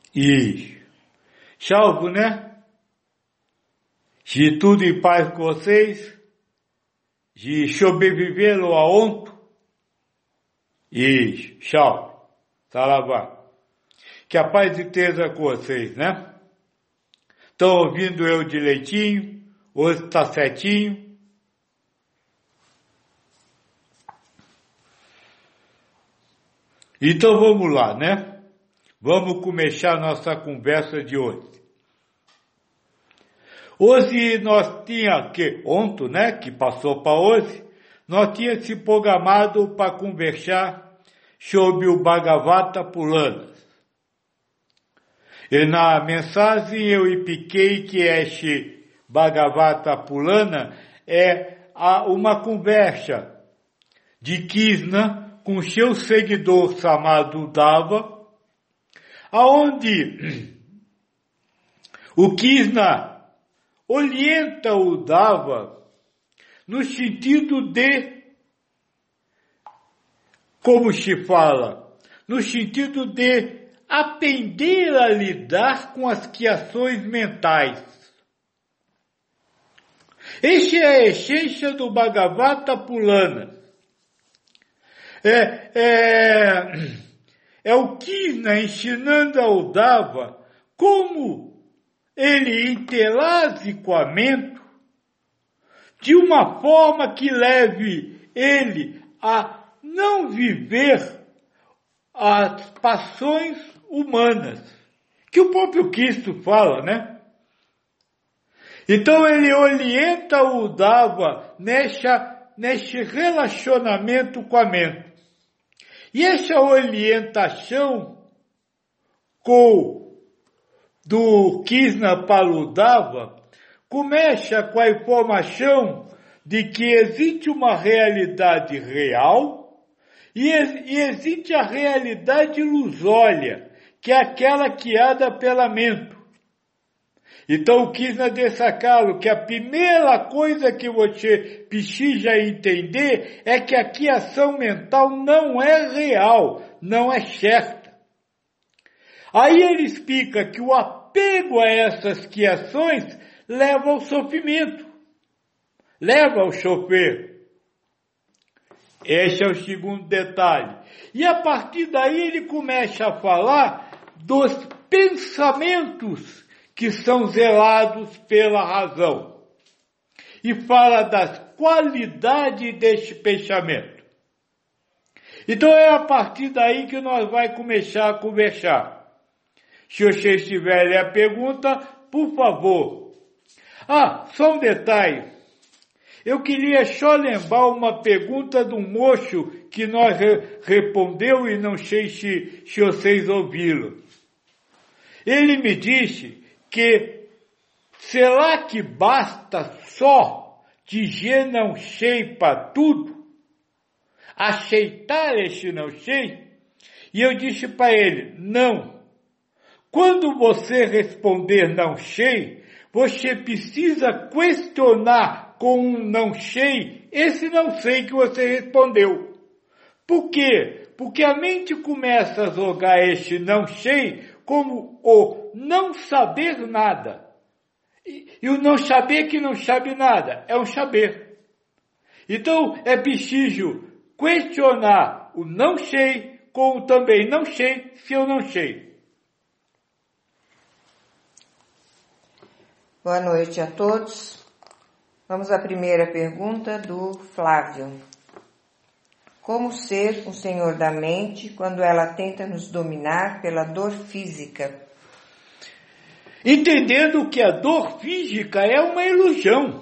Isso. Salvo, né? De tudo em paz com vocês. De sobreviveram a ontem. Isso. Tchau. Saravá. Que a paz esteja com vocês, né? Estão ouvindo eu direitinho? Hoje está certinho? Então vamos lá, né? Vamos começar a nossa conversa de hoje. Hoje nós tínhamos, ontem, né, que passou para hoje, nós tínhamos se programado para conversar sobre o Bhagavata Purana. E na mensagem eu expliquei que este Bhagavata Purana é uma conversa de Krishna com seu seguidor chamado Uddhava, aonde o Krishna orienta o Uddhava no sentido de, como se fala, no sentido de aprender a lidar com as criações mentais. Esta é a essência do Bhagavata Purana. É o Krishna ensinando ao Uddhava como ele interage com a mente de uma forma que leve ele a não viver as paixões humanas, que o próprio Cristo fala, né? Então ele orienta o Uddhava neste relacionamento com a mente. E essa orientação do Krishna para o Uddhava começa com a informação de que existe uma realidade real e existe a realidade ilusória, que é aquela criada pela mente. Então o Krishna deixa claro que a primeira coisa que você precisa entender é que a criação mental não é real, não é certa. Aí ele explica que o apego a essas criações leva ao sofrimento, leva ao sofrer. Esse é o segundo detalhe. E a partir daí ele começa a falar dos pensamentos que são zelados pela razão. E fala das qualidades deste pensamento. Então é a partir daí que nós vamos começar a conversar. Se vocês tiverem a pergunta, por favor. Só um detalhe. Eu queria só lembrar uma pergunta do moço que nós respondeu e não sei se vocês ouviram. Ele me disse que será que basta só dizer não sei para tudo? Aceitar esse não sei? E eu disse para ele, não. Quando você responder não sei, você precisa questionar com um não sei esse não sei que você respondeu. Por quê? Porque a mente começa a jogar esse não sei como o não saber nada. E o não saber que não sabe nada é um saber. Então é preciso questionar o não sei com o também não sei se eu não sei. Boa noite a todos. Vamos à primeira pergunta do Flávio. Como ser um senhor da mente quando ela tenta nos dominar pela dor física? Entendendo que a dor física é uma ilusão.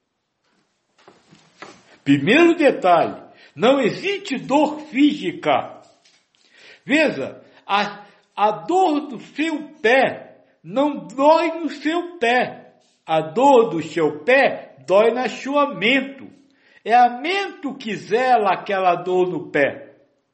Primeiro detalhe, não existe dor física. Veja, a dor do seu pé não dói no seu pé. A dor do seu pé dói na sua mente. É a mente que zela aquela dor no pé.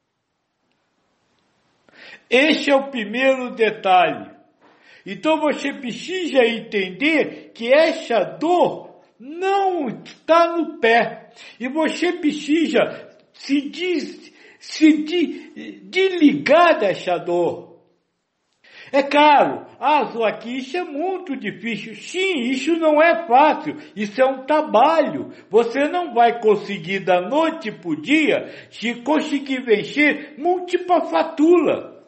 Este é o primeiro detalhe. Então você precisa entender que essa dor não está no pé. E você precisa se desligar dessa dor. É caro. Zoaki, isso é muito difícil. Sim, isso não é fácil. Isso é um trabalho. Você não vai conseguir da noite para o dia se conseguir vencer múltipla fatula.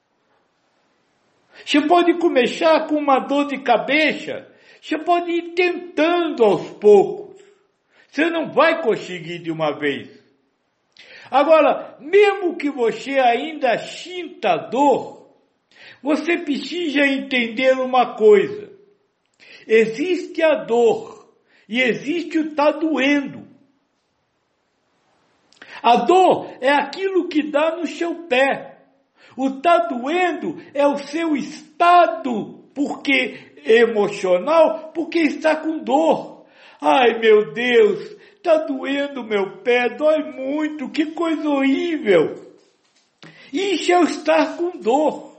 Você pode começar com uma dor de cabeça. Você pode ir tentando aos poucos. Você não vai conseguir de uma vez. Agora, mesmo que você ainda sinta dor, você precisa entender uma coisa. Existe a dor e existe o tá doendo. A dor é aquilo que dá no seu pé. O tá doendo é o seu estado, porque emocional, porque está com dor. Ai, meu Deus, tá doendo meu pé, dói muito, que coisa horrível. Isso é o estar com dor.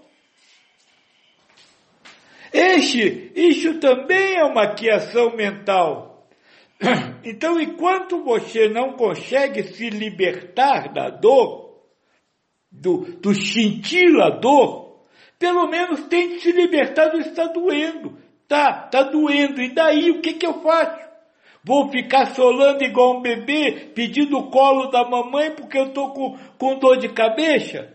Isso também é uma criação mental. Então, enquanto você não consegue se libertar da dor, do sentir a dor, pelo menos tente se libertar do estar doendo. Tá doendo, e daí o que eu faço? Vou ficar solando igual um bebê, pedindo o colo da mamãe porque eu estou com dor de cabeça?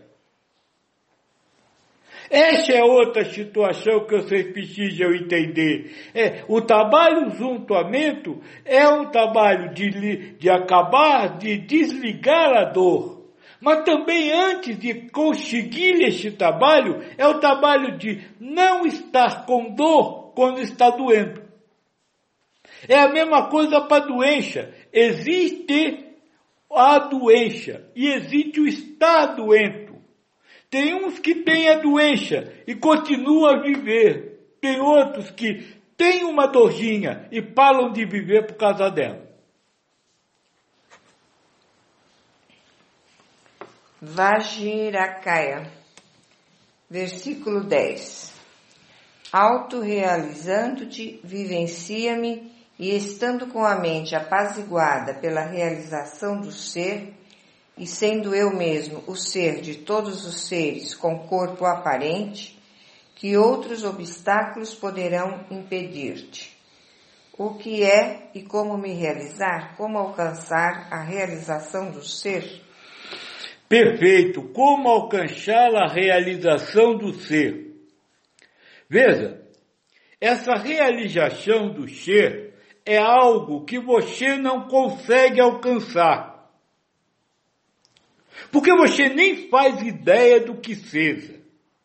Essa é outra situação que vocês precisam entender. O trabalho juntamento é um trabalho de acabar, de desligar a dor. Mas também antes de conseguir esse trabalho, é o trabalho de não estar com dor quando está doendo. É a mesma coisa para a doença. Existe a doença e existe o estar doente. Tem uns que têm a doença e continuam a viver. Tem outros que têm uma dorzinha e param de viver por causa dela. Vajiracaya, versículo 10. Autorrealizando-te, vivencia-me, e estando com a mente apaziguada pela realização do ser, e sendo eu mesmo o ser de todos os seres com corpo aparente, que outros obstáculos poderão impedir-te? O que é e como me realizar? Como alcançar a realização do ser? Perfeito. Como alcançar a realização do ser? Veja, essa realização do ser é algo que você não consegue alcançar. Porque você nem faz ideia do que seja.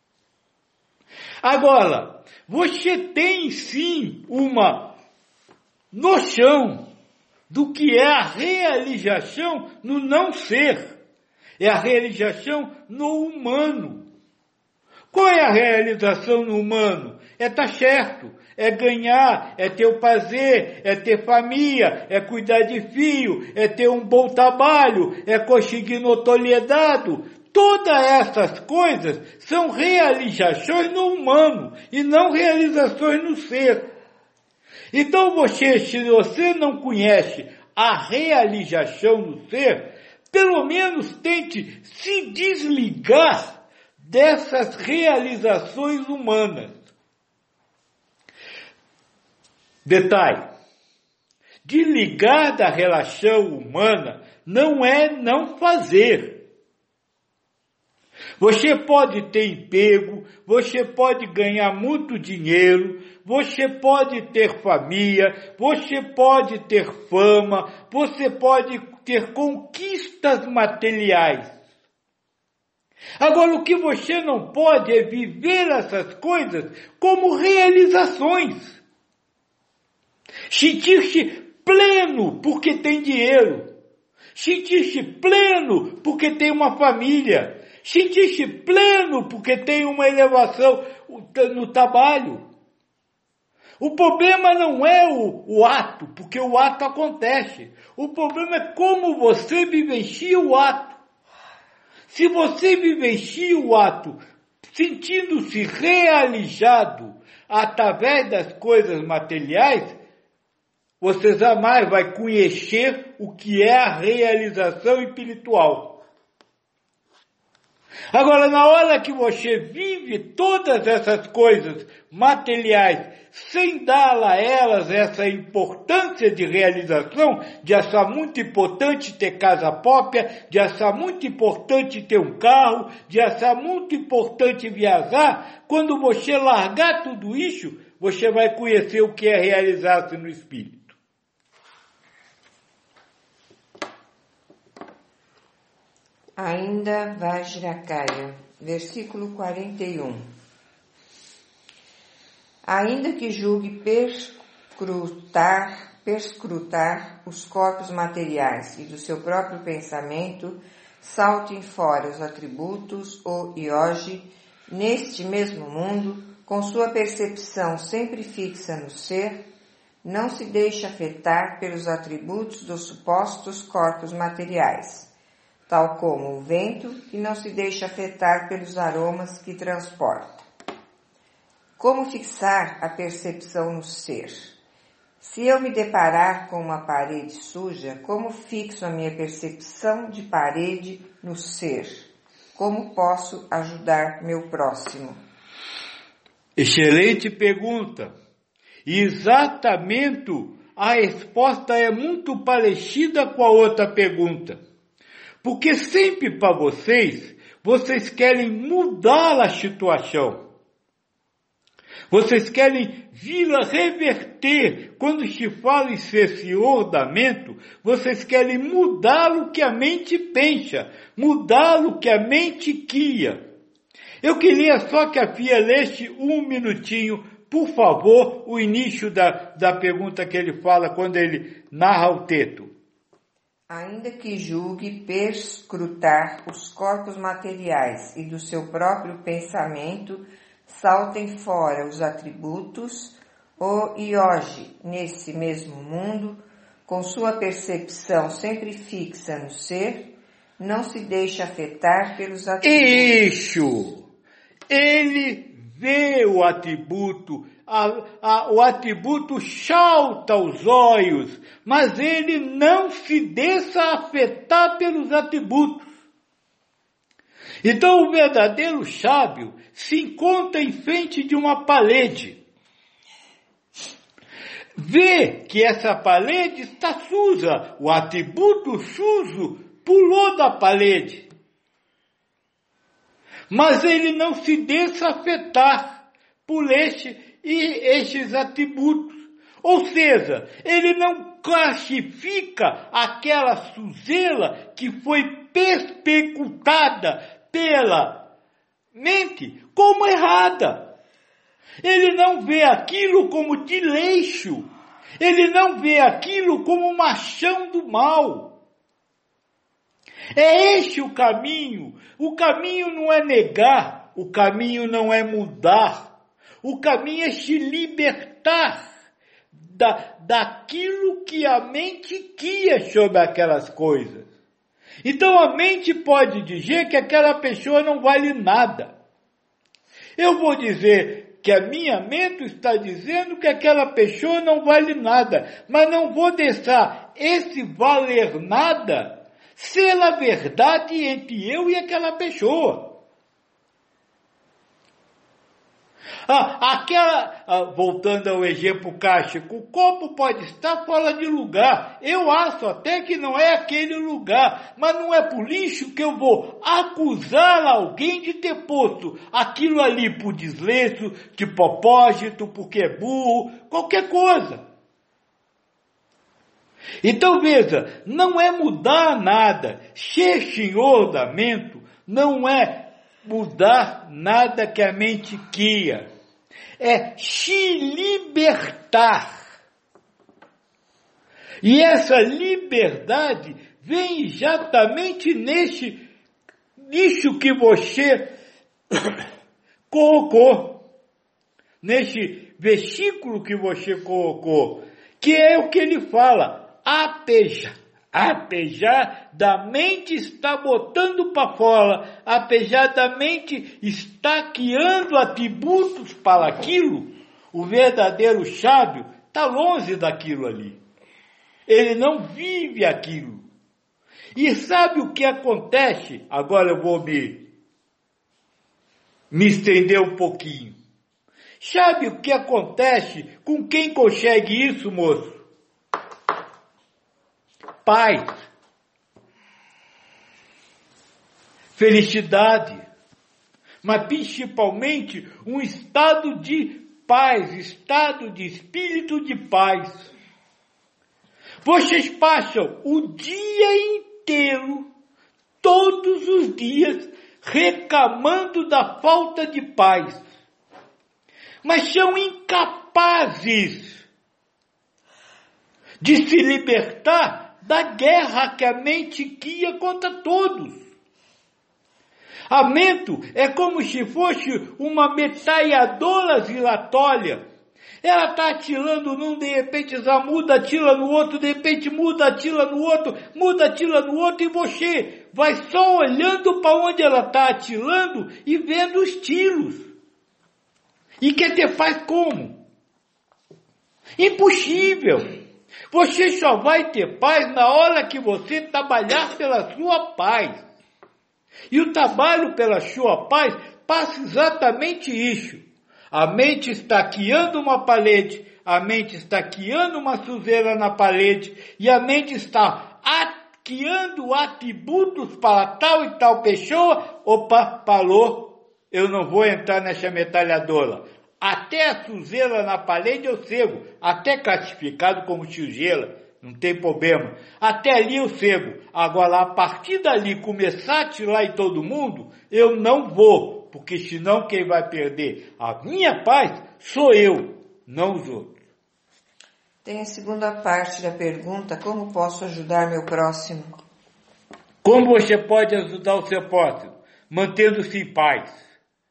Agora, você tem sim uma noção do que é a realização no não ser. É a realização no humano. Qual é a realização no humano? É estar certo, é ganhar, é ter o prazer, é ter família, é cuidar de filho, é ter um bom trabalho, é conseguir notoriedade. Todas essas coisas são realizações no humano e não realizações no ser. Então se você não conhece a realização no ser, pelo menos tente se desligar dessas realizações humanas. Detalhe, desligar da relação humana não é não fazer. Você pode ter emprego, você pode ganhar muito dinheiro, você pode ter família, você pode ter fama, você pode ter conquistas materiais. Agora, o que você não pode é viver essas coisas como realizações. Sentir-se pleno porque tem dinheiro. Sentir-se pleno porque tem uma família. Sentir-se pleno porque tem uma elevação no trabalho. O problema não é o ato, porque o ato acontece. O problema é como você vivencia o ato. Se você vivencia o ato sentindo-se realizado através das coisas materiais, você jamais vai conhecer o que é a realização espiritual. Agora, na hora que você vive todas essas coisas materiais, sem dar a elas essa importância de realização, de achar muito importante ter casa própria, de achar muito importante ter um carro, de achar muito importante viajar, quando você largar tudo isso, você vai conhecer o que é realizar-se no Espírito. Ainda Vajrakaya, versículo 41. Ainda que julgue perscrutar os corpos materiais e do seu próprio pensamento, saltem fora os atributos ou ioge, neste mesmo mundo, com sua percepção sempre fixa no ser, não se deixa afetar pelos atributos dos supostos corpos materiais, tal como o vento, que não se deixa afetar pelos aromas que transporta. Como fixar a percepção no ser? Se eu me deparar com uma parede suja, como fixo a minha percepção de parede no ser? Como posso ajudar meu próximo? Excelente pergunta. Exatamente, a resposta é muito parecida com a outra pergunta. Porque sempre para vocês querem mudar a situação. Vocês querem vir a reverter. Quando se fala em ser senhor da mente, vocês querem mudar o que a mente pensa, mudar o que a mente cria. Eu queria só que a Fia lesse um minutinho, por favor, o início da pergunta que ele fala quando ele narra o texto. Ainda que julgue perscrutar os corpos materiais e do seu próprio pensamento, saltem fora os atributos, o ioge, nesse mesmo mundo, com sua percepção sempre fixa no ser, não se deixa afetar pelos atributos. Isso! Ele vê o atributo, o atributo salta aos olhos, mas ele não se deixa afetar pelos atributos. Então o verdadeiro sábio se encontra em frente de uma parede. Vê que essa parede está suja, o atributo sujo pulou da parede. Mas ele não se deixa afetar por estes atributos. Ou seja, ele não classifica aquela sujeira que foi persecutada pela mente como errada. Ele não vê aquilo como desleixo. Ele não vê aquilo como uma ação do mal. É este o caminho. O caminho não é negar. O caminho não é mudar. O caminho é se libertar daquilo que a mente cria sobre aquelas coisas. Então a mente pode dizer que aquela pessoa não vale nada. Eu vou dizer que a minha mente está dizendo que aquela pessoa não vale nada, mas não vou deixar esse valer nada ser a verdade entre eu e aquela pessoa. Voltando ao exemplo cáustico, o copo pode estar fora de lugar. Eu acho até que não é aquele lugar, mas não é por isso que eu vou acusar alguém de ter posto aquilo ali por desleixo, de propósito, porque é burro, qualquer coisa. Então veja, não é mudar nada. Ser senhor da mente não é mudar nada que a mente cria. É se libertar. E essa liberdade vem exatamente nisso que você colocou. Nesse versículo que você colocou. Que é o que ele fala. Apesar da mente estar botando para fora, apesar da mente estar criando atributos para aquilo, o verdadeiro sábio está longe daquilo ali. Ele não vive aquilo. E sabe o que acontece? Agora eu vou me me estender um pouquinho. Sabe o que acontece com quem consegue isso, moço? Paz, felicidade, mas principalmente um estado de paz, estado de espírito de paz. Vocês passam o dia inteiro, todos os dias, reclamando da falta de paz, mas são incapazes de se libertar da guerra que a mente guia contra todos. A mente é como se fosse uma metralhadora giratória. Ela está atirando num, de repente já muda, atira no outro, de repente muda, atira no outro, muda, atira no outro, e você vai só olhando para onde ela está atirando e vendo os tiros. E quer ter paz como? Impossível. Você só vai ter paz na hora que você trabalhar pela sua paz. E o trabalho pela sua paz passa exatamente isso. A mente está guiando uma parede, a mente está guiando uma sujeira na parede, e a mente está criando atributos para tal e tal pessoa. Opa, parou, eu não vou entrar nessa metralhadora. Até a sujeira na parede eu cego, até classificado como sujeira, não tem problema. Até ali eu cego. Agora, a partir dali, começar a atirar em todo mundo, eu não vou, porque senão quem vai perder a minha paz sou eu, não os outros. Tem a segunda parte da pergunta: como posso ajudar meu próximo? Como você pode ajudar o seu próximo? Mantendo-se em paz.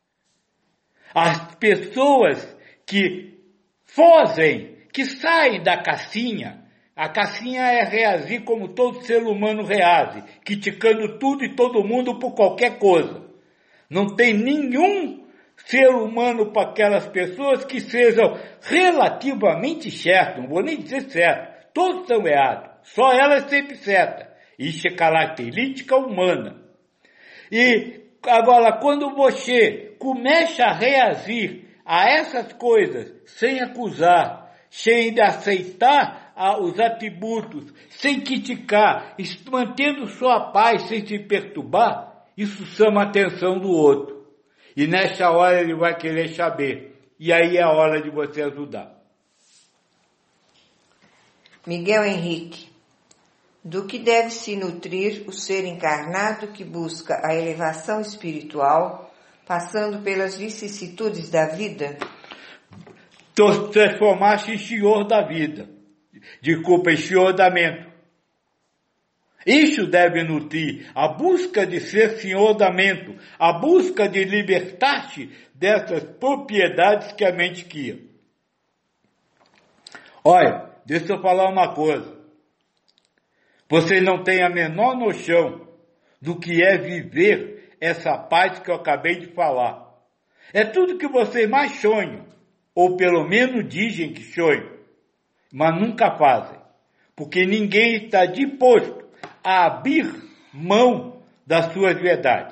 As pessoas que fogem, que saem da caixinha, a caixinha é reagir como todo ser humano reage, criticando tudo e todo mundo por qualquer coisa. Não tem nenhum ser humano para aquelas pessoas que sejam relativamente certos, não vou nem dizer certo, todos são errados, só ela é sempre certa. Isso é característica humana. E agora, quando você começa a reagir a essas coisas sem acusar, sem aceitar os atributos, sem criticar, mantendo sua paz sem se perturbar, isso chama a atenção do outro. E nessa hora ele vai querer saber. E aí é a hora de você ajudar. Miguel Henrique: do que deve se nutrir o ser encarnado que busca a elevação espiritual, passando pelas vicissitudes da vida? Transformar-se em senhor da vida. Desculpa, em senhor da mente. Isso deve nutrir a busca de ser senhor da mente, a busca de libertar-se dessas propriedades que a mente cria. Olha, deixa eu falar uma coisa. Vocês não têm a menor noção do que é viver essa paz que eu acabei de falar. É tudo que vocês mais sonham, ou pelo menos dizem que sonham, mas nunca fazem, porque ninguém está disposto a abrir mão das suas verdades.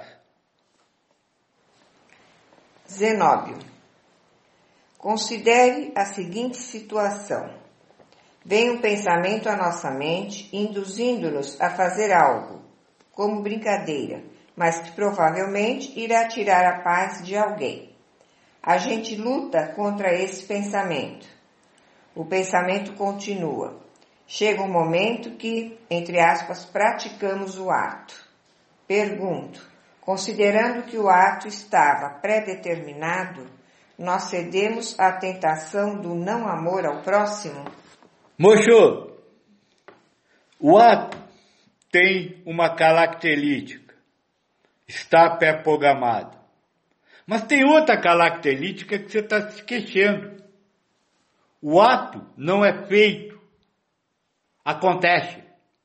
Zenóbio: considere a seguinte situação. Vem um pensamento à nossa mente, induzindo-nos a fazer algo, como brincadeira, mas que provavelmente irá tirar a paz de alguém. A gente luta contra esse pensamento. O pensamento continua. Chega um momento que, entre aspas, praticamos o ato. Pergunto: considerando que o ato estava pré-determinado, nós cedemos à tentação do não amor ao próximo? Moço, o ato tem uma característica, está pré-programado. Mas tem outra característica que você está se esquecendo. O ato não é feito, acontece.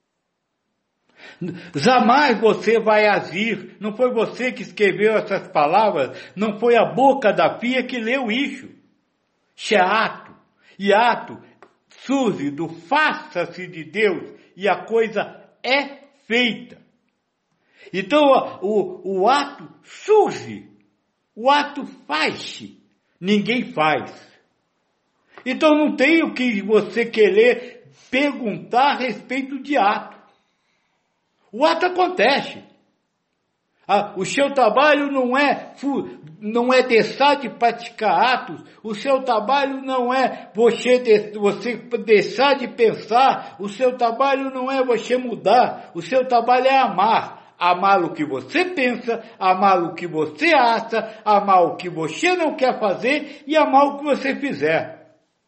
Jamais você vai agir, não foi você que escreveu essas palavras, não foi a boca da pia que leu isso. Isso é ato, e ato surge do faça-se de Deus e a coisa é feita. Então o ato surge O ato faz-se, ninguém faz. Então não tem o que você querer perguntar a respeito de ato. O ato acontece. O seu trabalho não é deixar de praticar atos. O seu trabalho não é você deixar de pensar. O seu trabalho não é você mudar. O seu trabalho é amar. Amar o que você pensa, amar o que você acha, amar o que você não quer fazer e amar o que você fizer.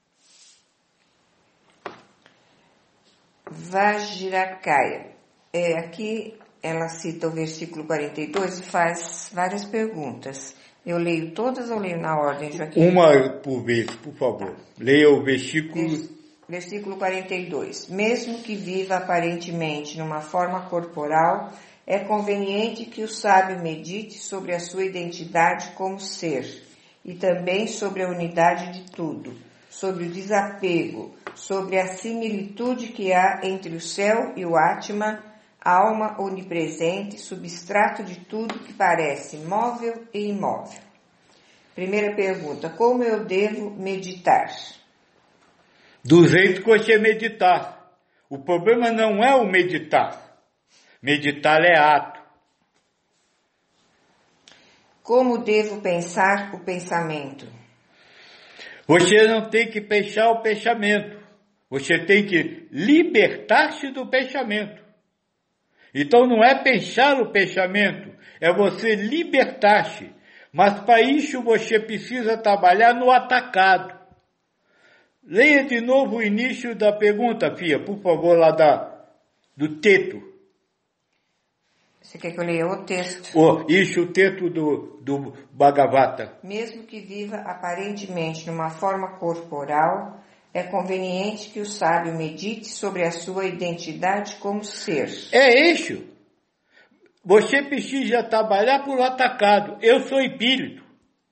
Vajrakaya. Aqui ela cita o versículo 42 e faz várias perguntas. Eu leio todas ou leio na ordem, Joaquim? Uma por vez, por favor. Leia o versículo... Versículo 42. Mesmo que viva aparentemente numa forma corporal, é conveniente que o sábio medite sobre a sua identidade como ser e também sobre a unidade de tudo, sobre o desapego, sobre a similitude que há entre o céu e o Atma, alma onipresente, substrato de tudo que parece móvel e imóvel. Primeira pergunta, como eu devo meditar? Do jeito que você meditar. O problema não é o meditar. Meditar é ato. Como devo pensar o pensamento? Você não tem que pensar o pensamento. Você tem que libertar-se do pensamento. Então não é pensar o pensamento, é você libertar-se. Mas para isso você precisa trabalhar no atacado. Leia de novo o início da pergunta, Fia, por favor, lá do texto. Você quer que eu leia o texto? O texto do Bhagavata. Mesmo que viva aparentemente numa forma corporal, é conveniente que o sábio medite sobre a sua identidade como ser. É isso. Você precisa trabalhar por atacado. Eu sou espírito.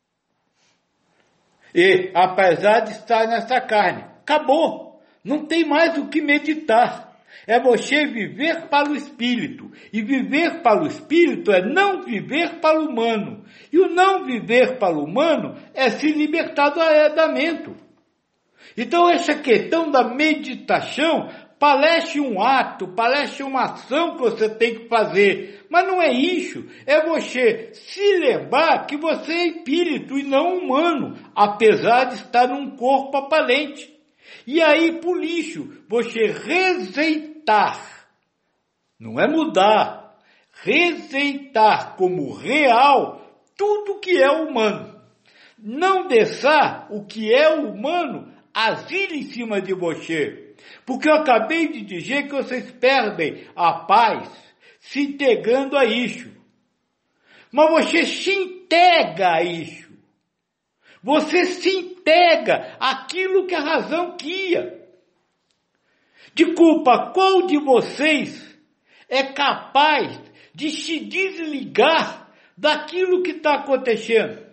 E apesar de estar nessa carne, acabou. Não tem mais o que meditar. É você viver para o espírito. E viver para o espírito é não viver para o humano. E o não viver para o humano é se libertar do arredamento. Então essa questão da meditação parece um ato, parece uma ação que você tem que fazer. Mas não é isso. É você se lembrar que você é espírito e não humano, apesar de estar num corpo aparente. E aí, por isso, você rejeitar, não é mudar, rejeitar como real tudo que é humano. Não deixar o que é humano agir em cima de você. Porque eu acabei de dizer que vocês perdem a paz se integrando a isso. Mas você se integra a isso. Você se integra àquilo que a razão queria. Desculpa, qual de vocês é capaz de se desligar daquilo que está acontecendo?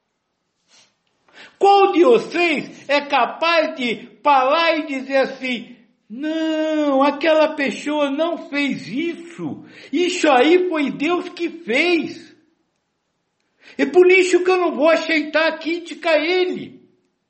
Qual de vocês é capaz de falar e dizer assim, não, aquela pessoa não fez isso. Isso aí foi Deus que fez. É por isso que eu não vou aceitar a crítica a ele.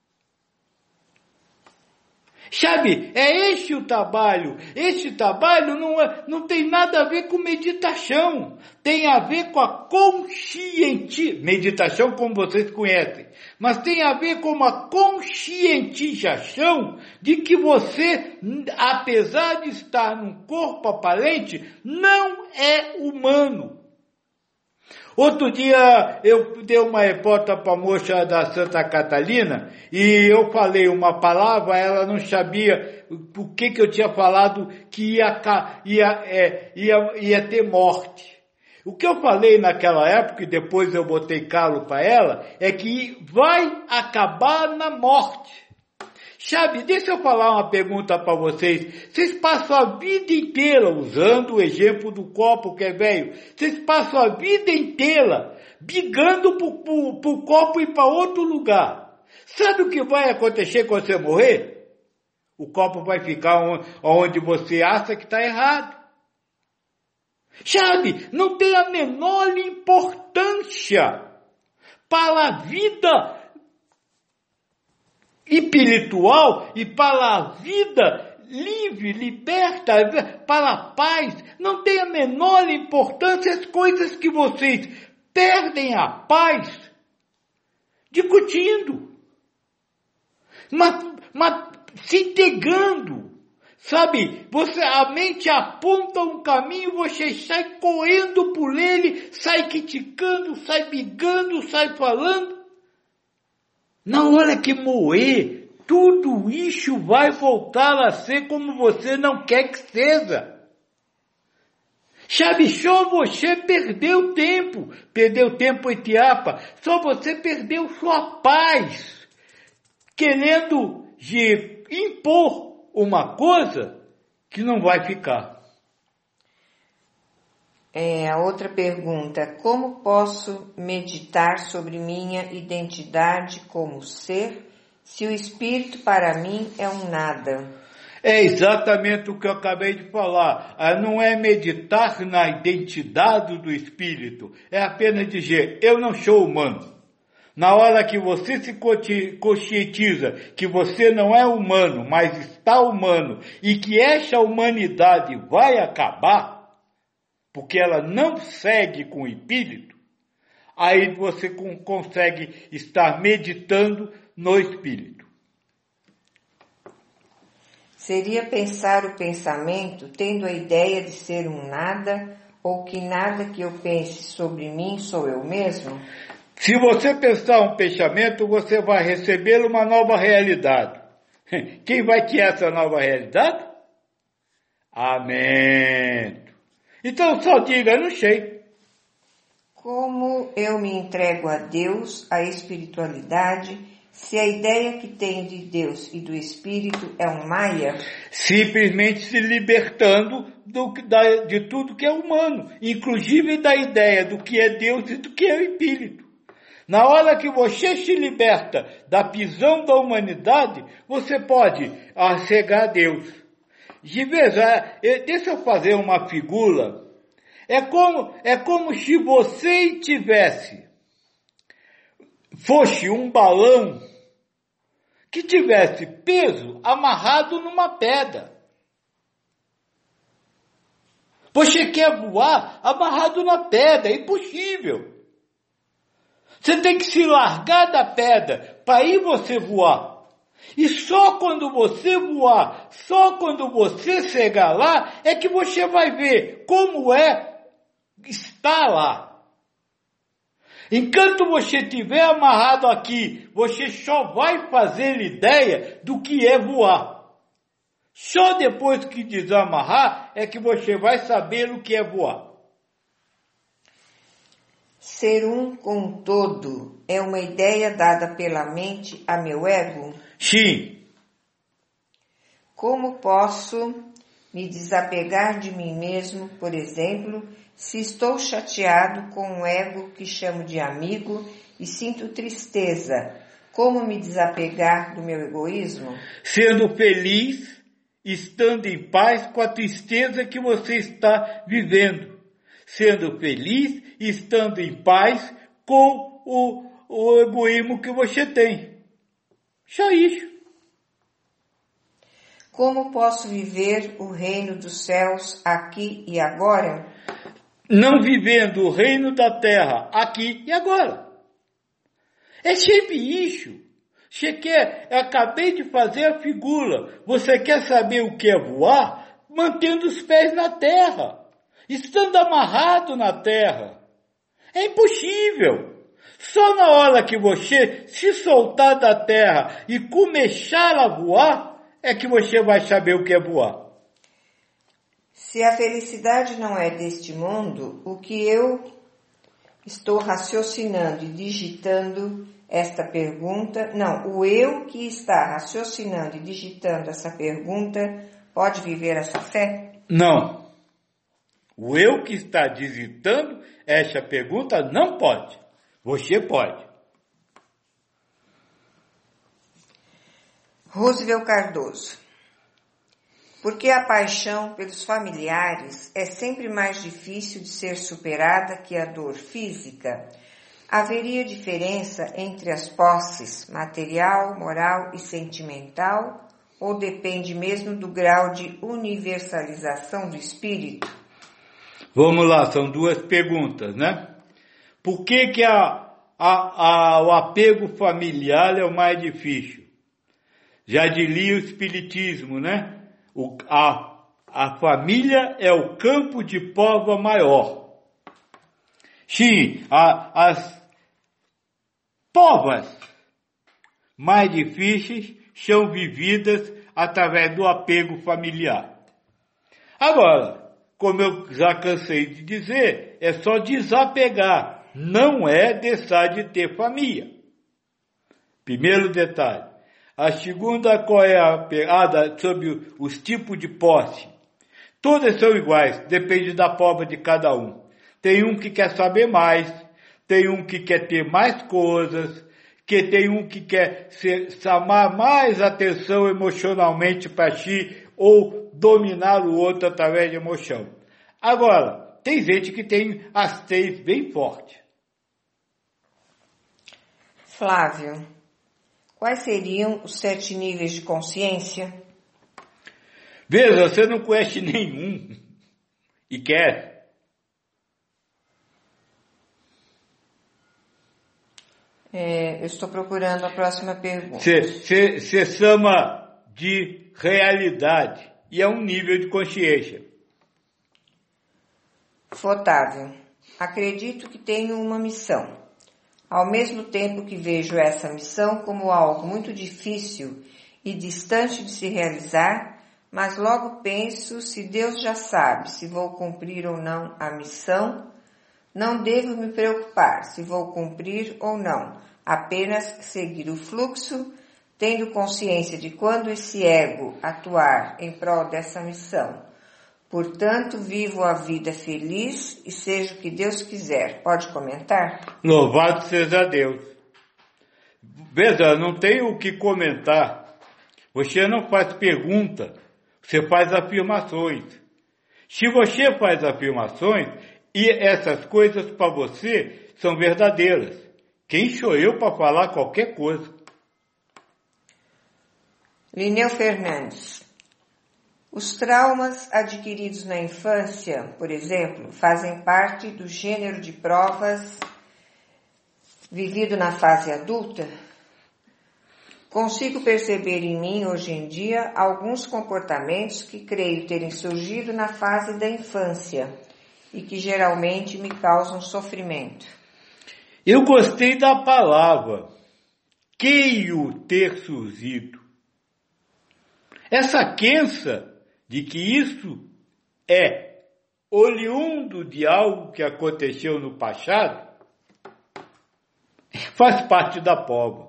Sabe, é esse o trabalho. Esse trabalho não tem nada a ver com meditação. Tem a ver com a meditação como vocês conhecem. Mas tem a ver com a conscientização de que você, apesar de estar num corpo aparente, não é humano. Outro dia eu dei uma repórter para a moça da Santa Catarina e eu falei uma palavra, ela não sabia por que eu tinha falado que ia ter morte. O que eu falei naquela época, e depois eu botei calo para ela, é que vai acabar na morte. Sabe, deixa eu falar uma pergunta para vocês. Vocês passam a vida inteira, usando o exemplo do copo que é velho, vocês passam a vida inteira brigando pro copo ir para outro lugar. Sabe o que vai acontecer quando você morrer? O copo vai ficar onde você acha que está errado. Sabe, não tem a menor importância para a vida espiritual e para a vida livre, liberta, para a paz. Não tem a menor importância as coisas que vocês perdem a paz discutindo, mas se integrando. Sabe, a mente aponta um caminho, você sai correndo por ele, sai criticando, sai brigando, sai falando. Na hora que morrer, tudo isso vai voltar a ser como você não quer que seja. Sabe, só você perdeu tempo entre aspas, só você perdeu sua paz, querendo impor uma coisa que não vai ficar. A outra pergunta: como posso meditar sobre minha identidade como ser, se o espírito para mim é um nada? É exatamente o que eu acabei de falar. Não é meditar na identidade do espírito, é apenas dizer, eu não sou humano. Na hora que você se conscientiza que você não é humano, mas está humano, e que essa humanidade vai acabar, porque ela não segue com o espírito, aí você consegue estar meditando no espírito. Seria pensar o pensamento tendo a ideia de ser um nada, ou que nada que eu pense sobre mim sou eu mesmo? Se você pensar um pensamento, você vai receber uma nova realidade. Quem vai criar essa nova realidade? Amém. Então só diga, não sei. Como eu me entrego a Deus, à espiritualidade, se a ideia que tenho de Deus e do Espírito é um maia? Simplesmente se libertando de tudo que é humano, inclusive da ideia do que é Deus e do que é o Espírito. Na hora que você se liberta da prisão da humanidade, você pode chegar a Deus. De vez, deixa eu fazer uma figura. É como se você fosse um balão que tivesse peso amarrado numa pedra. Você quer voar amarrado na pedra, é impossível. Você tem que se largar da pedra para ir você voar. E só quando você voar, só quando você chegar lá, é que você vai ver como estar lá. Enquanto você estiver amarrado aqui, você só vai fazer ideia do que é voar. Só depois que desamarrar é que você vai saber o que é voar. Ser um com o todo é uma ideia dada pela mente a meu ego? Sim. Como posso me desapegar de mim mesmo, por exemplo, se estou chateado com um ego que chamo de amigo e sinto tristeza? Como me desapegar do meu egoísmo? Sendo feliz, estando em paz com a tristeza que você está vivendo. Sendo feliz, estando em paz com o egoísmo que você tem. Só isso. Como posso viver o reino dos céus aqui e agora? Não vivendo o reino da terra aqui e agora. É sempre isso. Eu acabei de fazer a figura. Você quer saber o que é voar? Mantendo os pés na terra. Estando amarrado na terra. É impossível. Só na hora que você se soltar da terra e começar a voar, é que você vai saber o que é voar. Se a felicidade não é deste mundo, o que eu estou raciocinando e digitando esta pergunta, o eu que está raciocinando e digitando essa pergunta, pode viver essa fé? Não. O eu que está digitando essa pergunta não pode. Você pode. Roosevelt Cardoso. Porque a paixão pelos familiares é sempre mais difícil de ser superada que a dor física? Haveria diferença entre as posses material, moral e sentimental, ou depende mesmo do grau de universalização do espírito? Vamos lá, são duas perguntas, né? Por que o apego familiar é o mais difícil? Já diria o Espiritismo, né? A família é o campo de prova maior. Sim, as provas mais difíceis são vividas através do apego familiar. Agora, como eu já cansei de dizer, é só desapegar, não é deixar de ter família. Primeiro detalhe. A segunda, qual é a pegada sobre os tipos de posse? Todas são iguais, depende da prova de cada um. Tem um que quer saber mais, tem um que quer ter mais coisas, que tem um que quer chamar mais atenção emocionalmente para si ou dominar o outro através de emoção. Agora, tem gente que tem as três bem fortes. Flávio, quais seriam os 7 níveis de consciência? Veja, você não conhece nenhum e quer. Eu estou procurando a próxima pergunta. Você chama de realidade e é um nível de consciência. Otávio, acredito que tenho uma missão. Ao mesmo tempo que vejo essa missão como algo muito difícil e distante de se realizar, mas logo penso, se Deus já sabe se vou cumprir ou não a missão, não devo me preocupar se vou cumprir ou não, apenas seguir o fluxo, tendo consciência de quando esse ego atuar em prol dessa missão. Portanto, vivo a vida feliz e seja o que Deus quiser. Pode comentar? Louvado seja Deus. Veja, não tem o que comentar. Você não faz pergunta, você faz afirmações. Se você faz afirmações, e essas coisas para você são verdadeiras. Quem sou eu para falar qualquer coisa? Lineu Fernandes. Os traumas adquiridos na infância, por exemplo, fazem parte do gênero de provas vivido na fase adulta? Consigo perceber em mim, hoje em dia, alguns comportamentos que creio terem surgido na fase da infância e que geralmente me causam sofrimento. Eu gostei da palavra, creio ter surgido. Essa crença de que isso é oriundo de algo que aconteceu no passado, faz parte da prova.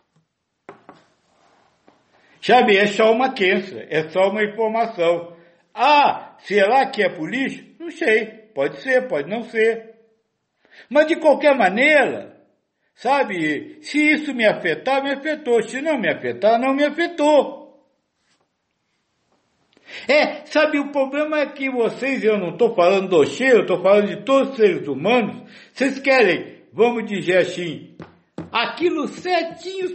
Sabe, é só uma crença, é só uma informação. Será que é por isso? Não sei, pode ser, pode não ser. Mas de qualquer maneira, sabe, se isso me afetar, me afetou. Se não me afetar, não me afetou. Sabe, o problema é que vocês, eu não estou falando do Che, eu estou falando de todos os seres humanos, vocês querem, vamos dizer assim, aquilo certinho,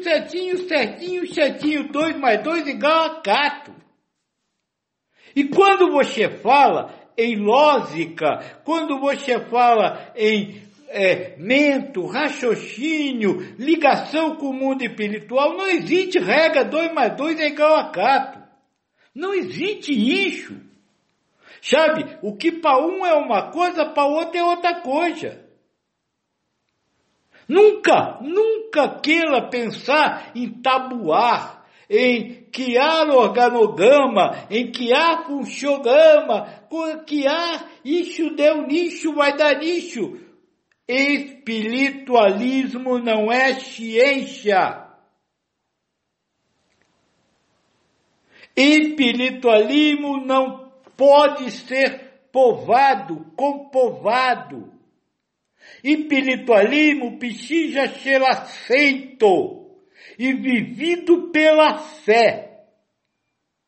2 mais 2 igual a 4. E quando você fala em lógica, quando você fala em mente, raciocínio, ligação com o mundo espiritual, não existe regra 2 mais 2 é igual a 4. Não existe isso. Sabe, o que para um é uma coisa, para o outro é outra coisa. Nunca queira pensar em tabuar, em criar organograma, em criar funcionograma, criar isso deu nisso, vai dar nisso. Espiritualismo não é ciência. Espiritualismo não pode ser comprovado. Espiritualismo precisa ser aceito e vivido pela fé.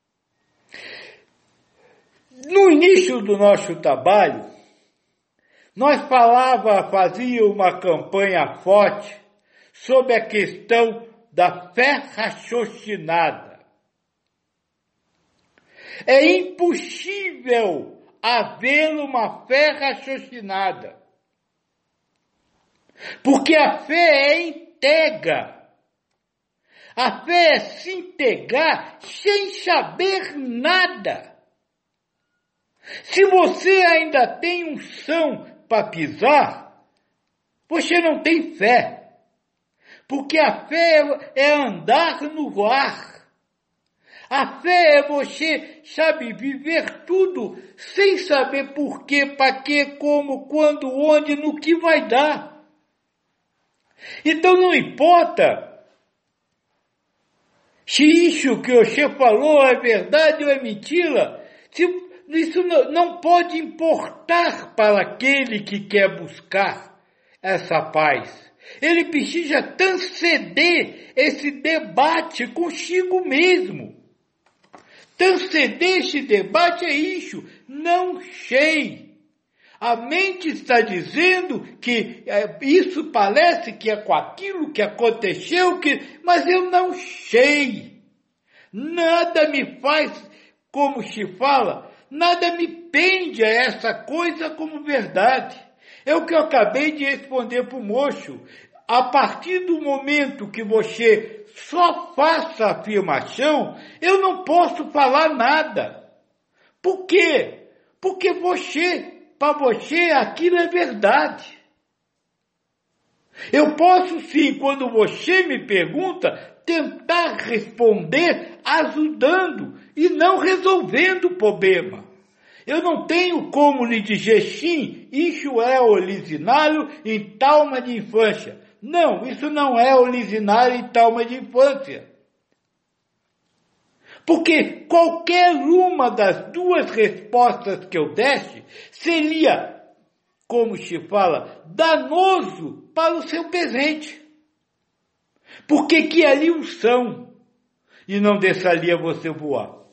No início do nosso trabalho, fazia uma campanha forte sobre a questão da fé raciocinada. É impossível haver uma fé raciocinada, porque a fé é integra. A fé é se integrar sem saber nada. Se você ainda tem um chão para pisar, você não tem fé. Porque a fé é andar no ar. A fé é você, viver tudo sem saber por quê, para quê, como, quando, onde, no que vai dar. Então não importa se isso que você falou é verdade ou é mentira. Isso não pode importar para aquele que quer buscar essa paz. Ele precisa transcender esse debate consigo mesmo. Transcender esse debate é isso. Não sei. A mente está dizendo que isso parece que é com aquilo que aconteceu, mas eu não sei. Nada me faz, como se fala, nada me pende a essa coisa como verdade. É o que eu acabei de responder para o moço. A partir do momento que você só faça afirmação, eu não posso falar nada. Por quê? Porque para você aquilo é verdade. Eu posso sim, quando você me pergunta, tentar responder ajudando e não resolvendo o problema. Eu não tenho como lhe dizer sim, isso é originário em trauma de infância. Não, isso não é originário em trauma de infância. Porque qualquer uma das duas respostas que eu desse seria, como se fala, danoso para o seu presente. Porque que ali o são e não deixaria você voar.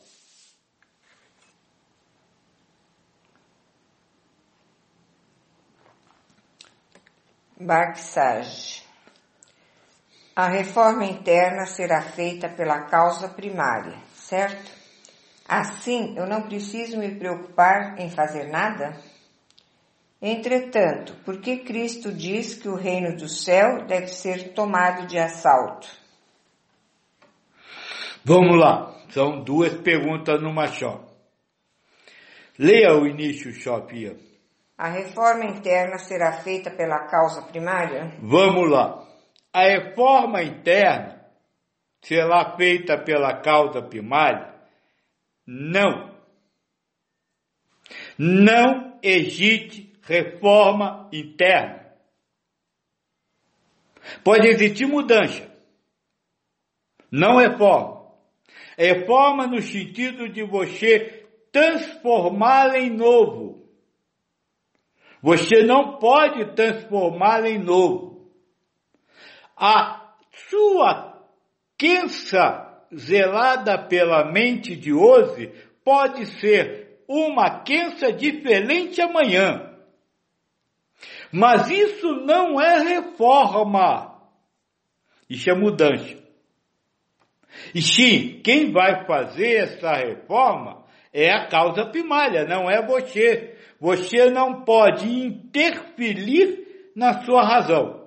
Baxage. A reforma interna será feita pela causa primária, certo? Assim, eu não preciso me preocupar em fazer nada? Entretanto, por que Cristo diz que o reino do céu deve ser tomado de assalto? Vamos lá, são duas perguntas numa só. Leia o início, Sofia. A reforma interna será feita pela causa primária? Vamos lá. A reforma interna será feita pela causa primária? Não. Não existe reforma interna. Pode existir mudança. Não reforma. Reforma no sentido de você transformá-la em novo. Você não pode transformá-la em novo. A sua crença zelada pela mente de hoje pode ser uma crença diferente amanhã. Mas isso não é reforma. Isso é mudança. E sim, quem vai fazer essa reforma é a causa primária, não é você. Você não pode interferir na sua razão.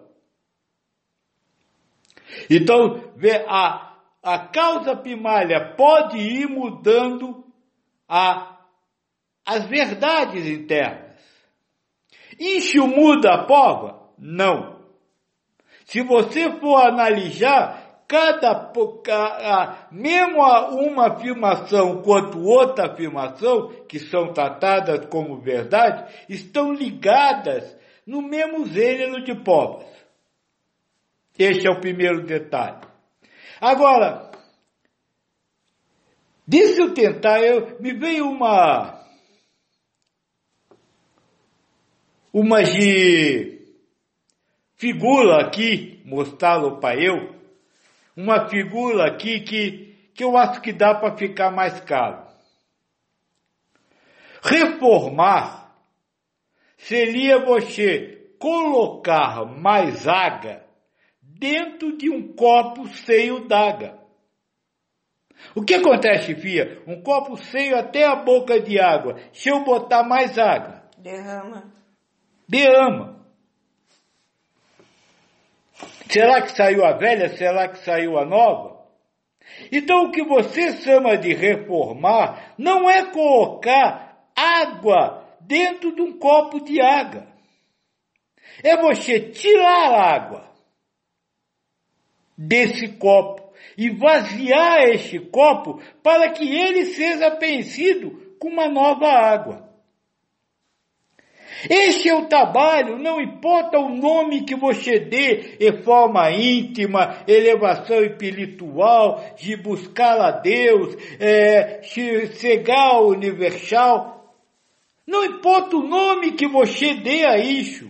Então, a causa primária pode ir mudando as verdades internas. Isso muda a prova? Não. Se você for analisar, mesmo uma afirmação quanto outra afirmação, que são tratadas como verdade, estão ligadas no mesmo gênero de provas. Este é o primeiro detalhe. Agora, deixa eu tentar, me veio uma de figura aqui, mostrá-lo para eu, uma figura aqui que eu acho que dá para ficar mais claro. Reformar seria você colocar mais água dentro de um copo cheio d'água. O que acontece, filha? Um copo cheio até a boca de água. Se eu botar mais água, derrama. Será que saiu a velha? Será que saiu a nova? Então o que você chama de reformar não é colocar água dentro de um copo de água. É você tirar a água desse copo e vaziar este copo para que ele seja preenchido com uma nova água. Este é o trabalho, não importa o nome que você dê, reforma íntima, elevação espiritual, de buscar a Deus, chegar ao universal. Não importa o nome que você dê a isso.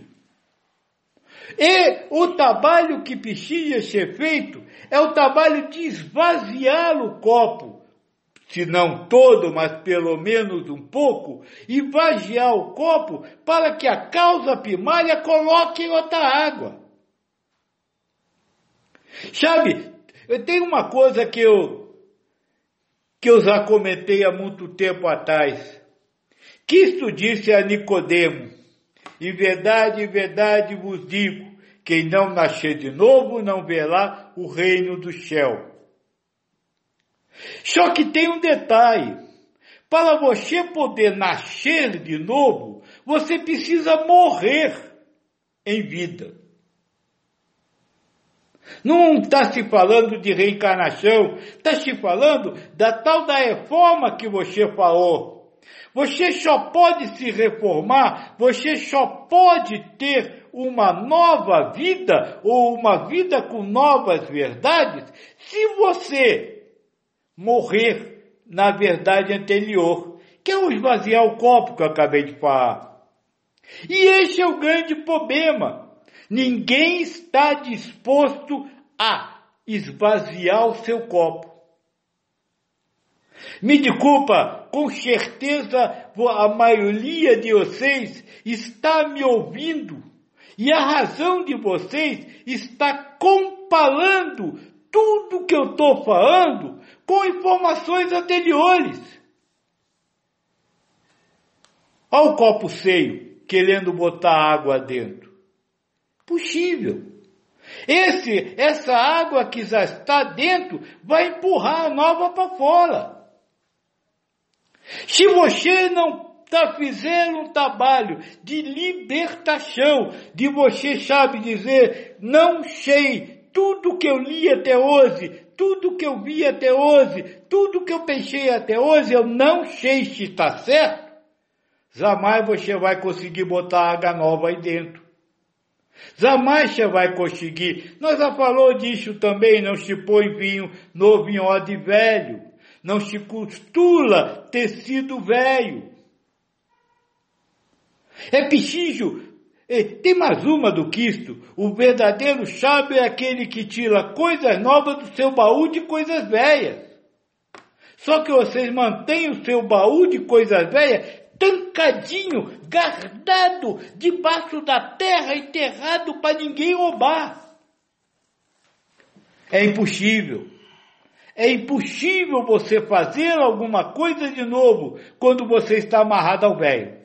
E o trabalho que precisa ser feito é o trabalho de esvaziar o copo, se não todo, mas pelo menos um pouco, e vaziar o copo para que a causa primária coloque outra água. Sabe, eu tenho uma coisa que eu já comentei há muito tempo atrás. Cristo disse a Nicodemo: em verdade vos digo, quem não nascer de novo não verá o reino do céu. Só que tem um detalhe. Para você poder nascer de novo, você precisa morrer em vida. Não está se falando de reencarnação, está se falando da tal da reforma que você falou. Você só pode se reformar, você só pode ter uma nova vida, ou uma vida com novas verdades, se você morrer na verdade anterior, que é o esvaziar o copo que eu acabei de falar. E esse é o grande problema. Ninguém está disposto a esvaziar o seu copo. Me desculpa, com certeza a maioria de vocês está me ouvindo e a razão de vocês está comparando tudo que eu estou falando com informações anteriores. Olha o copo cheio, querendo botar água dentro. Possível. Essa água que já está dentro vai empurrar a nova para fora. Se você não está fazendo um trabalho de libertação, de você sabe dizer, não sei, tudo que eu li até hoje, tudo que eu vi até hoje, tudo que eu pensei até hoje, eu não sei se está certo, jamais você vai conseguir botar água nova aí dentro. Jamais você vai conseguir. Nós já falou disso também, não se põe vinho novo em odre velho, não se costura tecido velho. É preciso. Tem mais uma do Cristo. O verdadeiro sábio é aquele que tira coisas novas do seu baú de coisas velhas. Só que vocês mantêm o seu baú de coisas velhas tancadinho, guardado debaixo da terra, enterrado para ninguém roubar. É impossível. É impossível você fazer alguma coisa de novo quando você está amarrado ao velho.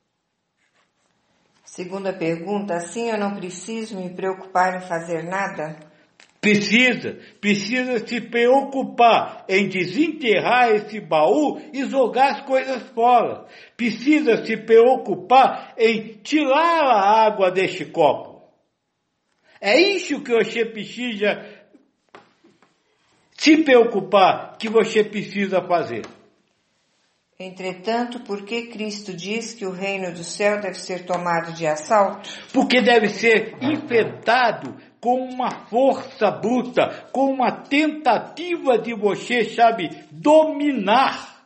Segunda pergunta, assim eu não preciso me preocupar em fazer nada? Precisa se preocupar em desenterrar esse baú e jogar as coisas fora. Precisa se preocupar em tirar a água deste copo. É isso que você precisa se preocupar, que você precisa fazer. Entretanto, por que Cristo diz que o reino do céu deve ser tomado de assalto? Porque deve ser enfrentado com uma força bruta, com uma tentativa de você, sabe, dominar.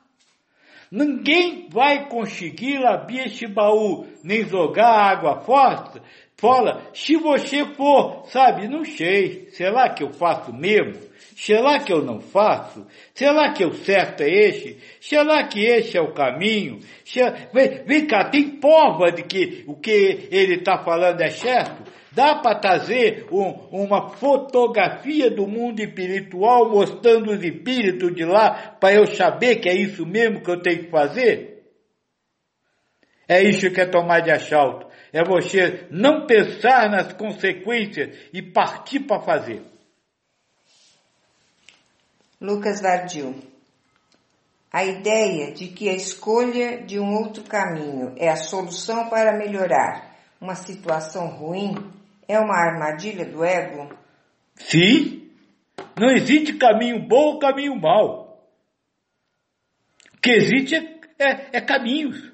Ninguém vai conseguir abrir esse baú, nem jogar água fora, fala, se você for, sabe, não sei, será que eu faço mesmo? Será que eu não faço? Será que o certo é este? Será que este é o caminho? Vem cá, tem prova de que o que ele está falando é certo? Dá para trazer uma fotografia do mundo espiritual mostrando os espíritos de lá para eu saber que é isso mesmo que eu tenho que fazer? É isso que é tomar de assalto. É você não pensar nas consequências e partir para fazer. Lucas Vardil. A ideia de que a escolha de um outro caminho é a solução para melhorar uma situação ruim é uma armadilha do ego? Sim. Não existe caminho bom ou caminho mau. O que existe é caminhos.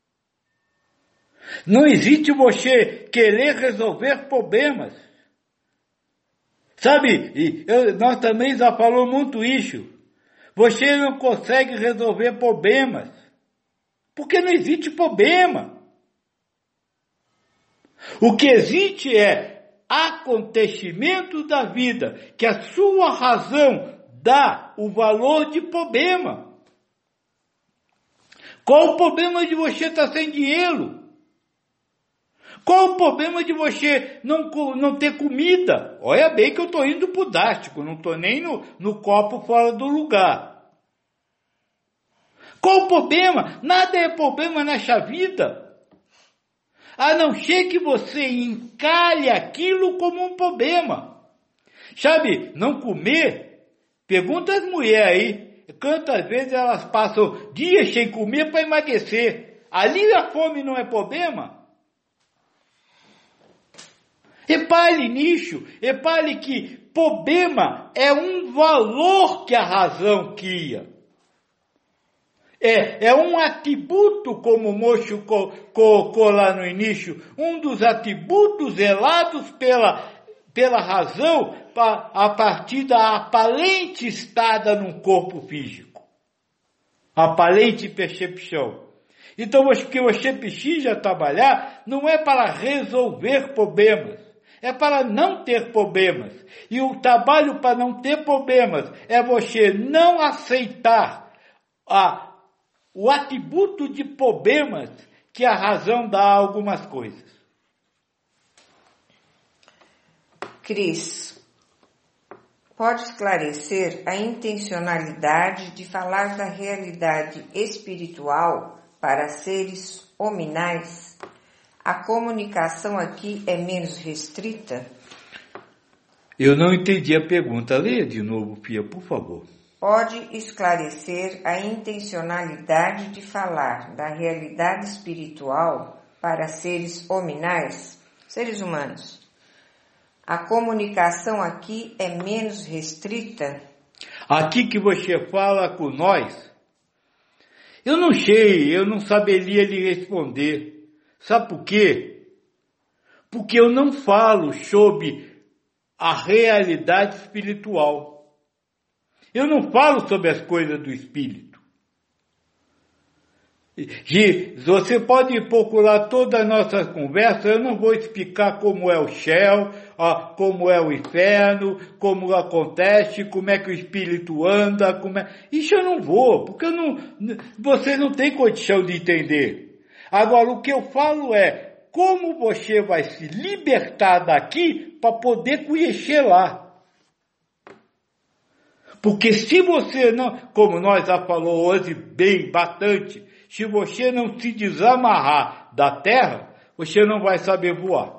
Não existe você querer resolver problemas. Sabe, nós também já falamos muito isso. Você não consegue resolver problemas. Porque não existe problema. O que existe é acontecimento da vida, que a sua razão dá o valor de problema. Qual o problema de você estar sem dinheiro? Qual o problema de você não ter comida? Olha bem que eu estou indo para o drástico, não estou nem no copo fora do lugar. Qual o problema? Nada é problema nessa vida. A não ser que você encare aquilo como um problema. Sabe, não comer? Pergunta às mulheres aí, quantas vezes elas passam dias sem comer para emagrecer. Ali a fome não é problema? Repare nisso, repare que problema é um valor que a razão cria. É um atributo, como o moço colocou lá no início, um dos atributos zelados pela razão a partir da aparente estada num corpo físico. Aparente percepção. Então, o que você precisa trabalhar não é para resolver problemas. É para não ter problemas. E o trabalho para não ter problemas é você não aceitar o atributo de problemas que a razão dá a algumas coisas. Cris, pode esclarecer a intencionalidade de falar da realidade espiritual para seres hominais? A comunicação aqui é menos restrita? Eu não entendi a pergunta. Leia de novo, Pia, por favor. Pode esclarecer a intencionalidade de falar da realidade espiritual para seres hominais, seres humanos? A comunicação aqui é menos restrita? Aqui que você fala com nós, eu não sei, eu não saberia lhe responder. Sabe por quê? Porque eu não falo sobre a realidade espiritual. Eu não falo sobre as coisas do espírito. Você pode procurar toda a nossa conversa, eu não vou explicar como é o céu, como é o inferno, como acontece, como é que o espírito anda, Isso eu não vou, porque você não tem condição de entender. Agora, o que eu falo é como você vai se libertar daqui para poder conhecer lá. Porque se você não, como nós já falou hoje bem, bastante, se você não se desamarrar da terra, você não vai saber voar.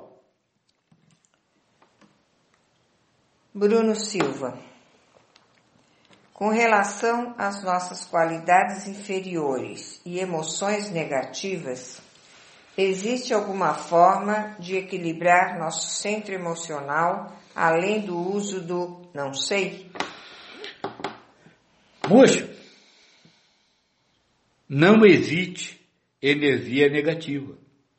Bruno Silva. Com relação às nossas qualidades inferiores e emoções negativas, existe alguma forma de equilibrar nosso centro emocional além do uso do não sei? Moço, não existe energia negativa.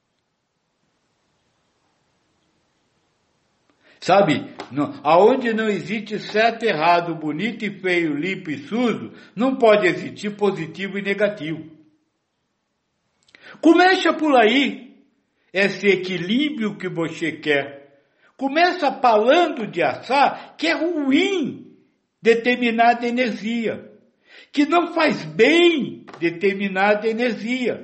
Sabe, aonde não existe certo e errado, bonito e feio, limpo e sujo, não pode existir positivo e negativo. Começa por aí. esse equilíbrio que você quer. Começa falando de assar, que é ruim determinada energia, que não faz bem determinada energia,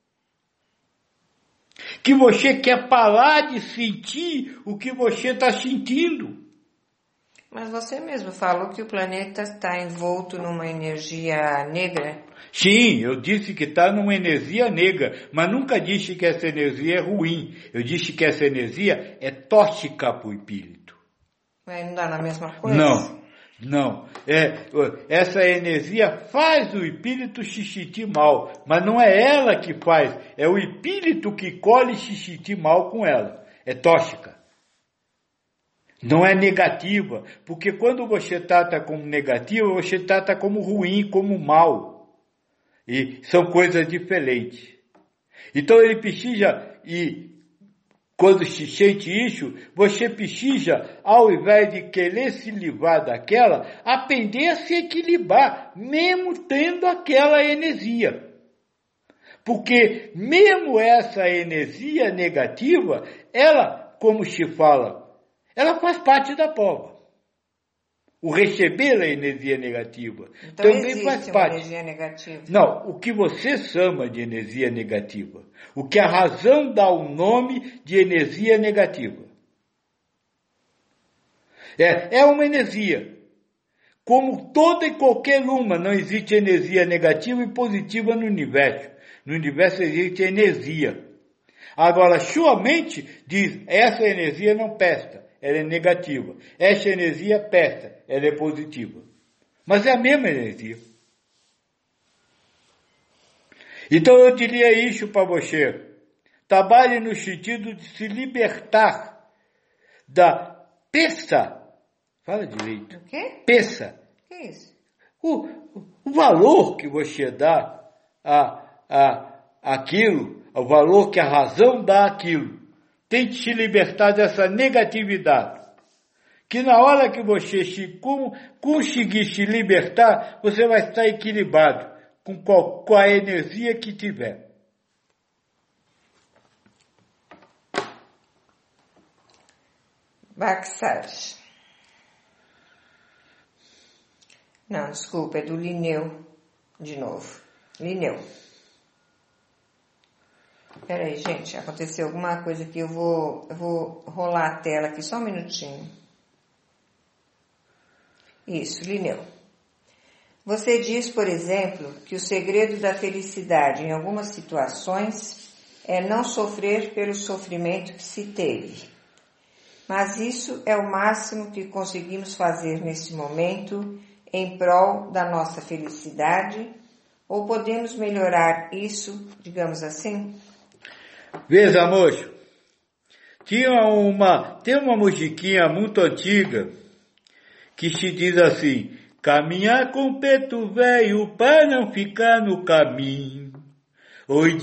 que você quer parar de sentir o que você está sentindo. Mas você mesmo falou que o planeta está envolto numa energia negra. Sim, eu disse que está numa energia negra, mas nunca disse que essa energia é ruim. Eu disse que essa energia é tóxica para o espírito. Mas não dá na mesma coisa? Não. Essa energia faz o espírito se sentir mal, mas não é ela que faz, é o espírito que colhe se sentir mal com ela. É tóxica. Não é negativa, porque quando você trata como negativa, você trata como ruim, como mal. E são coisas diferentes. Então ele precisa, e quando se sente isso, você precisa, ao invés de querer se livrar daquela, aprender a se equilibrar, mesmo tendo aquela energia. Porque mesmo essa energia negativa, ela, como se fala, ela faz parte da prova. O receber a energia negativa então também faz parte. Energia negativa. Não, o que você chama de energia negativa. O que a razão dá o nome de energia negativa. É uma energia. Como toda e qualquer uma, não existe energia negativa e positiva no universo. No universo existe energia. Agora, sua mente diz, essa energia não presta. Ela é negativa. Essa energia presta, ela é positiva. Mas é a mesma energia. Então eu diria isso para você. Trabalhe no sentido de se libertar da peça. Fala direito. O quê? Peça. O que é isso? O valor que você dá a aquilo, o valor que a razão dá àquilo. Tente se libertar dessa negatividade. Que na hora que você conseguir se libertar, você vai estar equilibrado com a energia que tiver. Baxage. Não, desculpa, é do Linneu, de novo. Linneu. Peraí, gente, aconteceu alguma coisa aqui, eu vou rolar a tela aqui, só um minutinho. Isso, Linneu. Você diz, por exemplo, que o segredo da felicidade em algumas situações é não sofrer pelo sofrimento que se teve. Mas isso é o máximo que conseguimos fazer nesse momento em prol da nossa felicidade? Ou podemos melhorar isso, digamos assim? Veja, moço, tem uma musiquinha muito antiga que se diz assim, caminhar com preto velho para não ficar no caminho, oi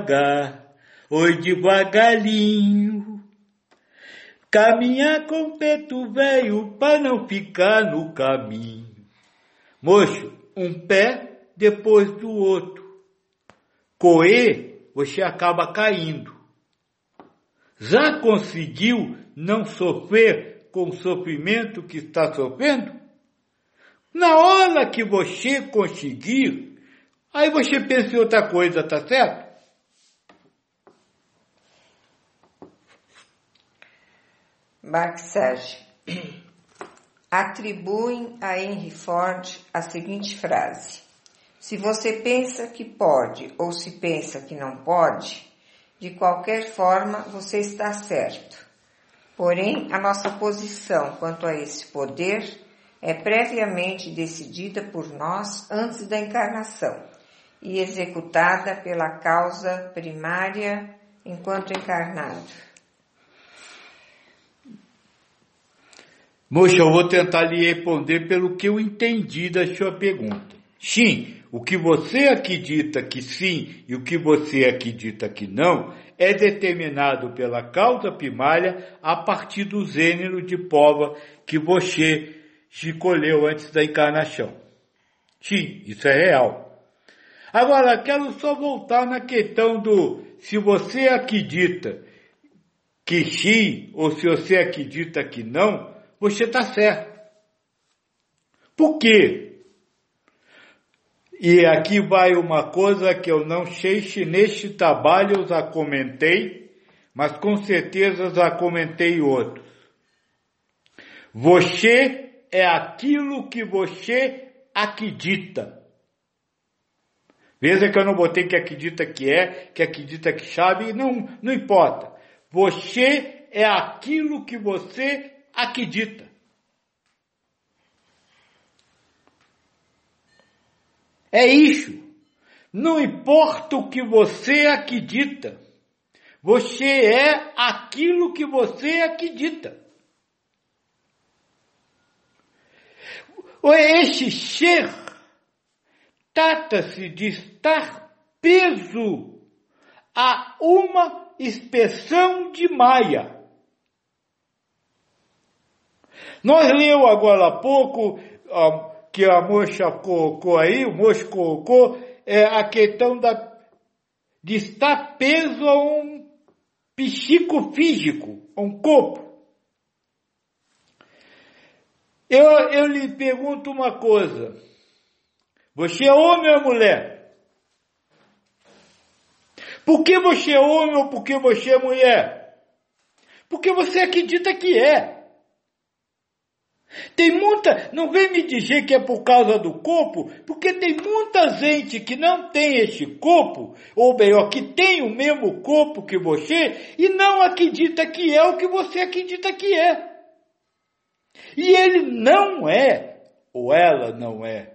devagarinho, caminhar com preto velho para não ficar no caminho. Moço, um pé depois do outro, correr, você acaba caindo. Já conseguiu não sofrer com o sofrimento que está sofrendo? Na hora que você conseguir, aí você pensa em outra coisa, tá certo? Baxage. Atribuem a Henry Ford a seguinte frase. Se você pensa que pode ou se pensa que não pode, de qualquer forma você está certo. Porém, a nossa posição quanto a esse poder é previamente decidida por nós antes da encarnação e executada pela causa primária enquanto encarnado. Moça, eu vou tentar lhe responder pelo que eu entendi da sua pergunta. Sim, o que você acredita que sim e o que você acredita que não é determinado pela causa primária a partir do gênero de prova que você escolheu antes da encarnação. Sim, isso é real. Agora, quero só voltar na questão do se você acredita que sim, ou se você acredita que não, você está certo. Por quê? E aqui vai uma coisa que eu não sei se neste trabalho eu já comentei, mas com certeza já comentei outros. Você é aquilo que você acredita. Veja que eu não botei que acredita que acredita que sabe, não importa. Você é aquilo que você acredita. É isso. Não importa o que você acredita. Você é aquilo que você acredita. Este ser trata-se de estar preso a uma expressão de Maia. Nós leu agora há pouco que a moça colocou aí, o moço colocou a questão de estar preso a um psicofísico, a um corpo. Eu lhe pergunto uma coisa. Você é homem ou mulher? Por que você é homem ou por que você é mulher? Porque você acredita que é. Não vem me dizer que é por causa do corpo, porque tem muita gente que não tem esse corpo, ou melhor, que tem o mesmo corpo que você, e não acredita que é o que você acredita que é. E ele não é, ou ela não é.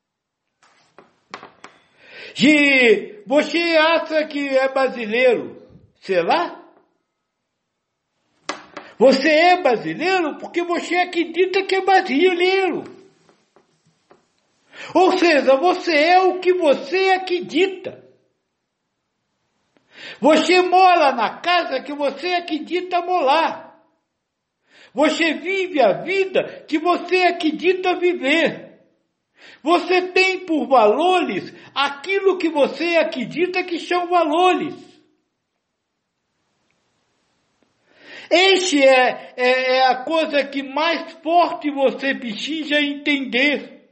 E você acha que é brasileiro, sei lá? Você é brasileiro porque você acredita que é brasileiro. Ou seja, você é o que você acredita. Você mora na casa que você acredita morar. Você vive a vida que você acredita viver. Você tem por valores aquilo que você acredita que são valores. Este é a coisa que mais forte você precisa entender.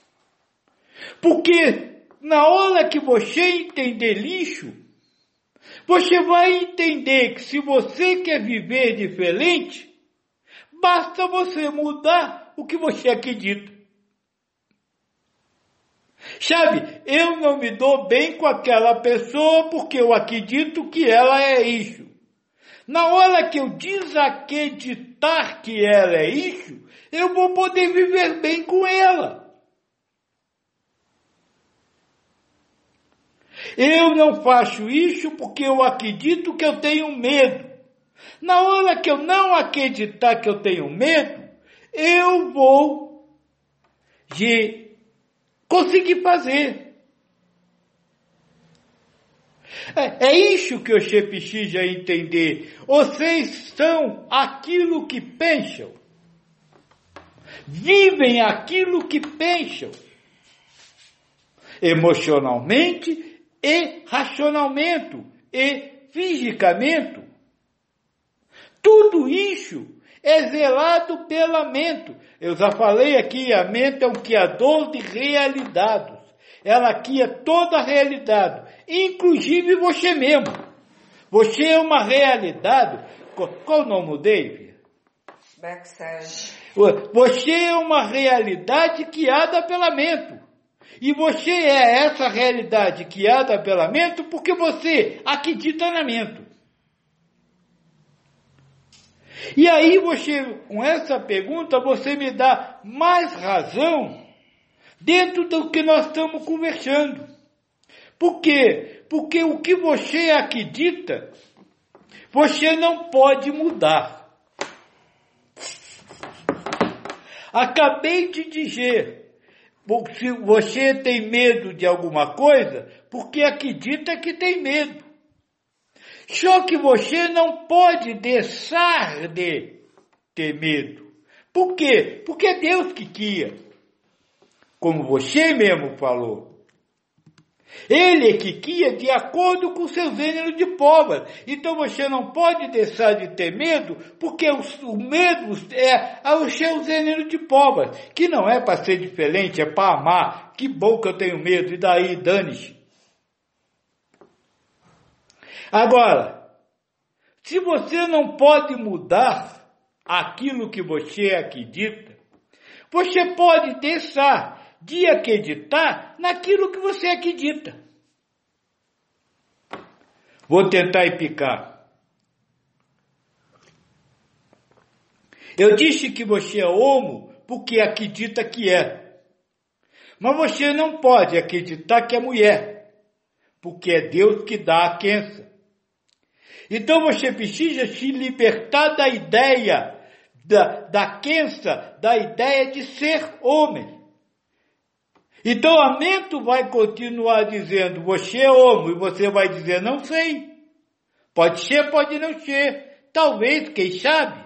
Porque na hora que você entender lixo, você vai entender que se você quer viver diferente, basta você mudar o que você acredita. Sabe, eu não me dou bem com aquela pessoa porque eu acredito que ela é isso. Na hora que eu desacreditar que ela é isso, eu vou poder viver bem com ela. Eu não faço isso porque eu acredito que eu tenho medo. Na hora que eu não acreditar que eu tenho medo, eu vou conseguir fazer. É isso que você precisa entender. Vocês são aquilo que pensam. Vivem aquilo que pensam. Emocionalmente e racionalmente e fisicamente. Tudo isso é zelado pela mente. Eu já falei aqui, a mente é um criador de realidades. Ela cria toda a realidade, inclusive você mesmo. Você é uma realidade. Qual o nome dele? Backside. Você é uma realidade criada pela mente. E você é essa realidade criada pela mente porque você acredita na mente. E aí com essa pergunta, você me dá mais razão dentro do que nós estamos conversando. Por quê? Porque o que você acredita, você não pode mudar. Acabei de dizer, se você tem medo de alguma coisa, porque acredita que tem medo. Só que você não pode deixar de ter medo. Por quê? Porque é Deus que cria. Como você mesmo falou. Ele é que guia de acordo com o seu gênero de pova. Então você não pode deixar de ter medo, porque o medo é o seu gênero de pova, que não é para ser diferente, é para amar. Que bom que eu tenho medo, e daí dane-se. Agora, se você não pode mudar aquilo que você acredita, você pode deixar de acreditar naquilo que você acredita. Vou tentar explicar. Eu disse que você é homo porque acredita que é. Mas você não pode acreditar que é mulher, porque é Deus que dá a crença. Então você precisa se libertar da ideia, da crença, da ideia de ser homem. Então a mente vai continuar dizendo, você é homo, e você vai dizer, não sei. Pode ser, pode não ser. Talvez, quem sabe.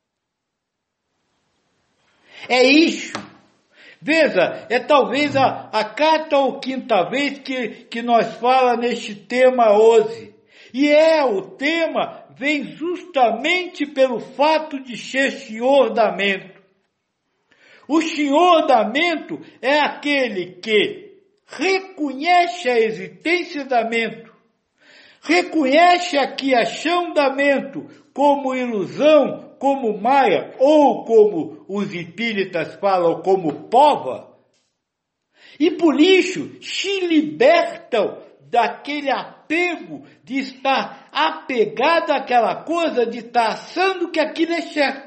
É isso. Veja, é talvez a quarta ou quinta vez que nós falamos neste tema hoje. E o tema vem justamente pelo fato de ser senhor da mente. O senhor da mente é aquele que reconhece a existência da mente, reconhece a criação da mente como ilusão, como maia, ou como os espíritas falam, como pova, e por isso se libertam daquele apego de estar apegado àquela coisa, de estar achando que aquilo é certo.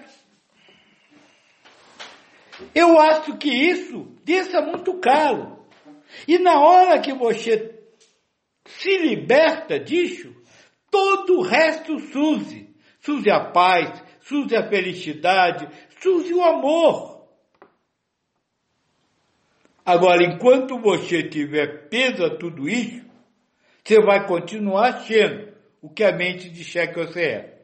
Eu acho que isso deixa muito caro. E na hora que você se liberta disso, todo o resto surge. Surge a paz, surge a felicidade, surge o amor. Agora, enquanto você tiver peso a tudo isso, você vai continuar sendo o que a mente disser que você é.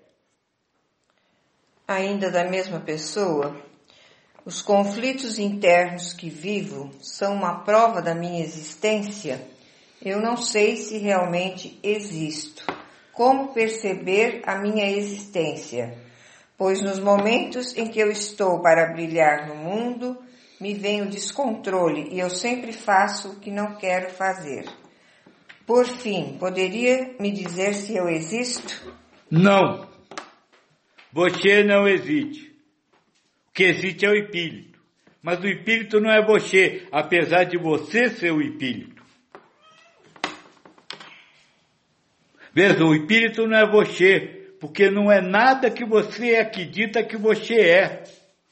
Ainda da mesma pessoa, os conflitos internos que vivo são uma prova da minha existência? Eu não sei se realmente existo. Como perceber a minha existência? Pois nos momentos em que eu estou para brilhar no mundo, me vem o descontrole e eu sempre faço o que não quero fazer. Por fim, poderia me dizer se eu existo? Não. Você não existe. O que existe é o espírito. Mas o espírito não é você, apesar de você ser o espírito. Veja, o espírito não é você, porque não é nada que você acredita que você é.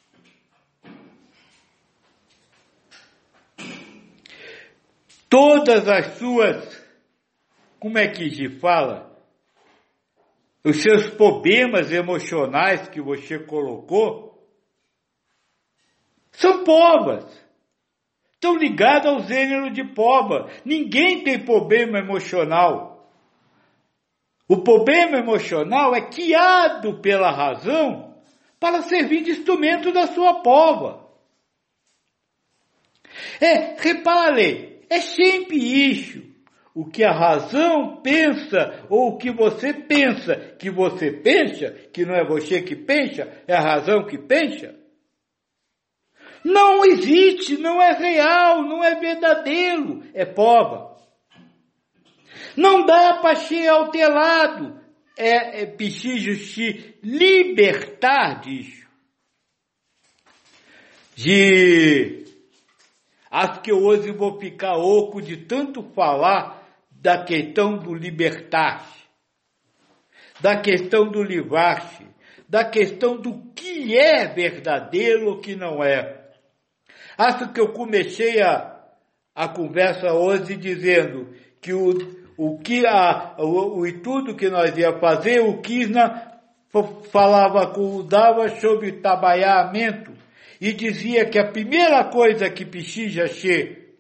Todas as suas, como é que se fala? Os seus problemas emocionais que você colocou, são povas. Estão ligados ao gênero de pova. Ninguém tem problema emocional. O problema emocional é criado pela razão para servir de instrumento da sua pova. Repare, é sempre isso. O que a razão pensa, ou o que você pensa, que não é você que pensa, é a razão que pensa. Não existe, não é real, não é verdadeiro, é pova. Não dá para ser alterado, é preciso se libertar disso. Acho que hoje vou ficar oco de tanto falar da questão do libertar-se, da questão do livrar-se, da questão do que é verdadeiro ou que não é. Acho que eu comecei a conversa hoje dizendo que o estudo que nós ia fazer, o Krishna falava com o Dava sobre trabalhamento e dizia que a primeira coisa que precisa ser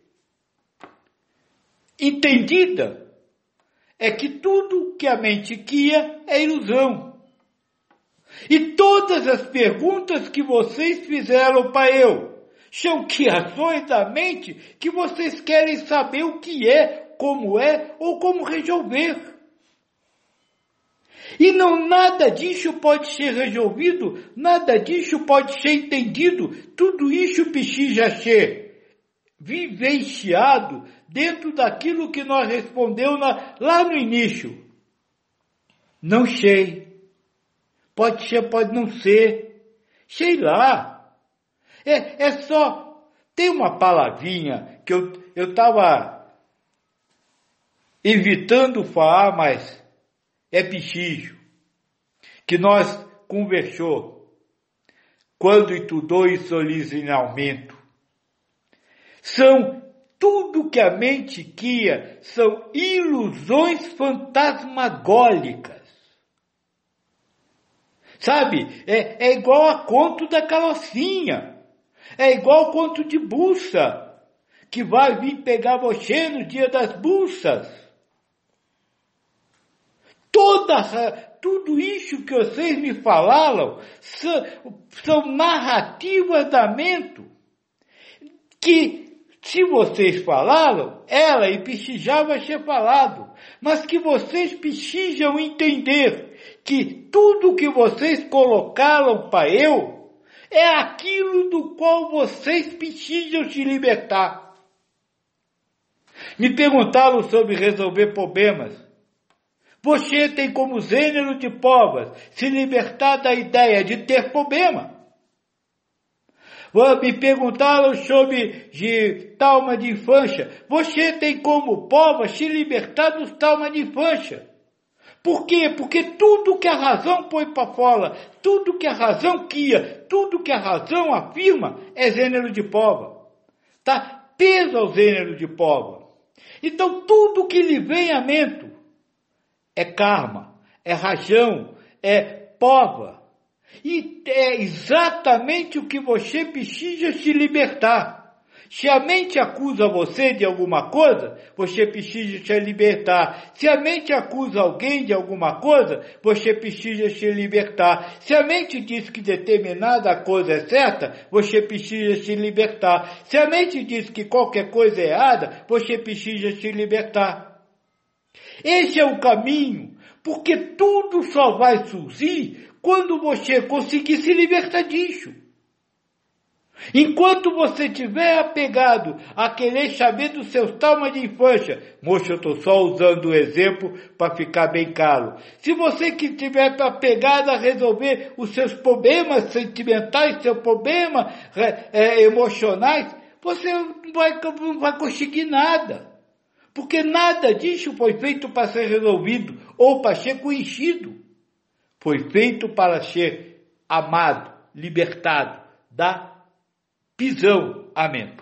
entendida é que tudo que a mente cria é ilusão. E todas as perguntas que vocês fizeram para eu são criações da mente que vocês querem saber o que é, como é ou como resolver. E não nada disso pode ser resolvido, nada disso pode ser entendido, tudo isso precisa ser vivenciado dentro daquilo que nós respondemos lá no início. Não sei. Pode ser, pode não ser. Sei lá. É só... Tem uma palavrinha que eu estava evitando falar, mas é preciso. Que nós conversou quando estudou isso originalmente. São tudo que a mente cria, são ilusões fantasmagóricas. Sabe, é igual a conto da carrocinha, é igual conto de buça, que vai vir pegar você no dia das buças. Tudo isso que vocês me falaram são narrativas da mente, que se vocês falaram, ela e precisava ser falado, mas que vocês precisam entender que tudo que vocês colocaram para eu é aquilo do qual vocês precisam se libertar. Me perguntaram sobre resolver problemas. Você tem como gênero de provas se libertar da ideia de ter problema. Me perguntaram sobre trauma de infância. Você tem como prova se libertar dos traumas de infância. Por quê? Porque tudo que a razão põe para fora, tudo que a razão cria, tudo que a razão afirma é gênero de prova. Tá? Peso ao gênero de prova. Então tudo que lhe vem à mente é karma, é razão, é prova. E é exatamente o que você precisa se libertar. Se a mente acusa você de alguma coisa, você precisa se libertar. Se a mente acusa alguém de alguma coisa, você precisa se libertar. Se a mente diz que determinada coisa é certa, você precisa se libertar. Se a mente diz que qualquer coisa é errada, você precisa se libertar. Esse é o caminho, porque tudo só vai surgir quando você conseguir se libertar disso. Enquanto você estiver apegado a querer saber dos seus traumas de infância, moço, eu estou só usando o exemplo para ficar bem claro. Se você que estiver apegado a resolver os seus problemas sentimentais, seus problemas emocionais, você não vai conseguir nada. Porque nada disso foi feito para ser resolvido ou para ser conhecido. Foi feito para ser amado, libertado da prisão. Amém.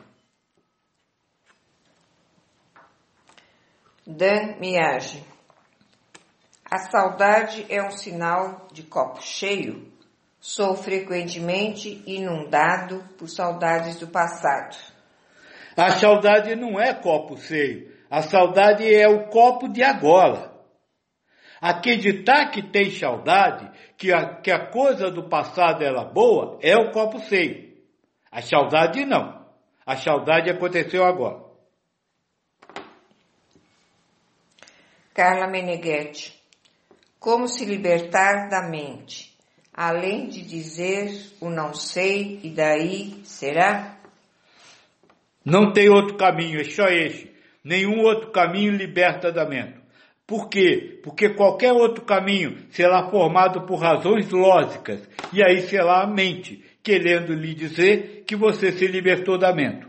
Dan Miage. A saudade é um sinal de copo cheio? Sou frequentemente inundado por saudades do passado. A saudade não é copo cheio. A saudade é o copo de agora. Acreditar que tem saudade, que a coisa do passado era boa, é o copo cheio. A saudade não. A saudade aconteceu agora. Carla Meneghetti. Como se libertar da mente? Além de dizer o não sei e daí será? Não tem outro caminho, é só esse. Nenhum outro caminho liberta da mente. Por quê? Porque qualquer outro caminho será formado por razões lógicas. E aí será a mente querendo lhe dizer que você se libertou da mente.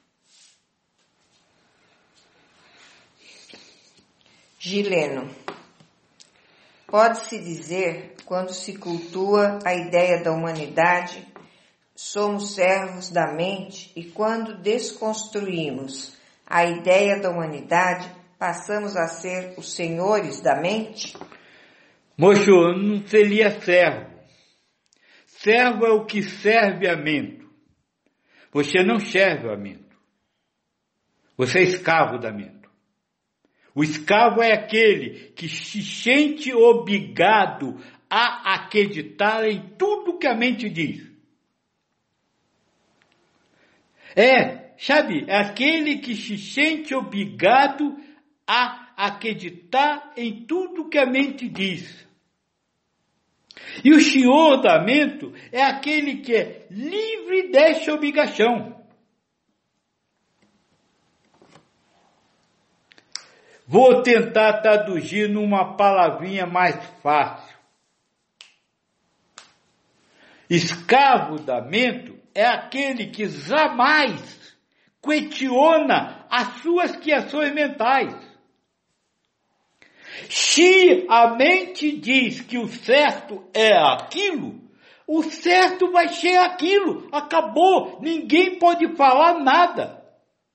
Gileno. Pode-se dizer, quando se cultua a ideia da humanidade, somos servos da mente, e quando desconstruímos a ideia da humanidade, passamos a ser os senhores da mente? Moço, não seria servo. Servo é o que serve a mente. Você não serve a mente. Você é escravo da mente. O escravo é aquele que se sente obrigado a acreditar em tudo que a mente diz. É aquele que se sente obrigado a acreditar em tudo que a mente diz. E o senhor da mente é aquele que é livre desta obrigação. Vou tentar traduzir numa palavrinha mais fácil. Escravo da mente é aquele que jamais questiona as suas criações mentais. Se a mente diz que o certo é aquilo, o certo vai ser aquilo. Acabou. Ninguém pode falar nada.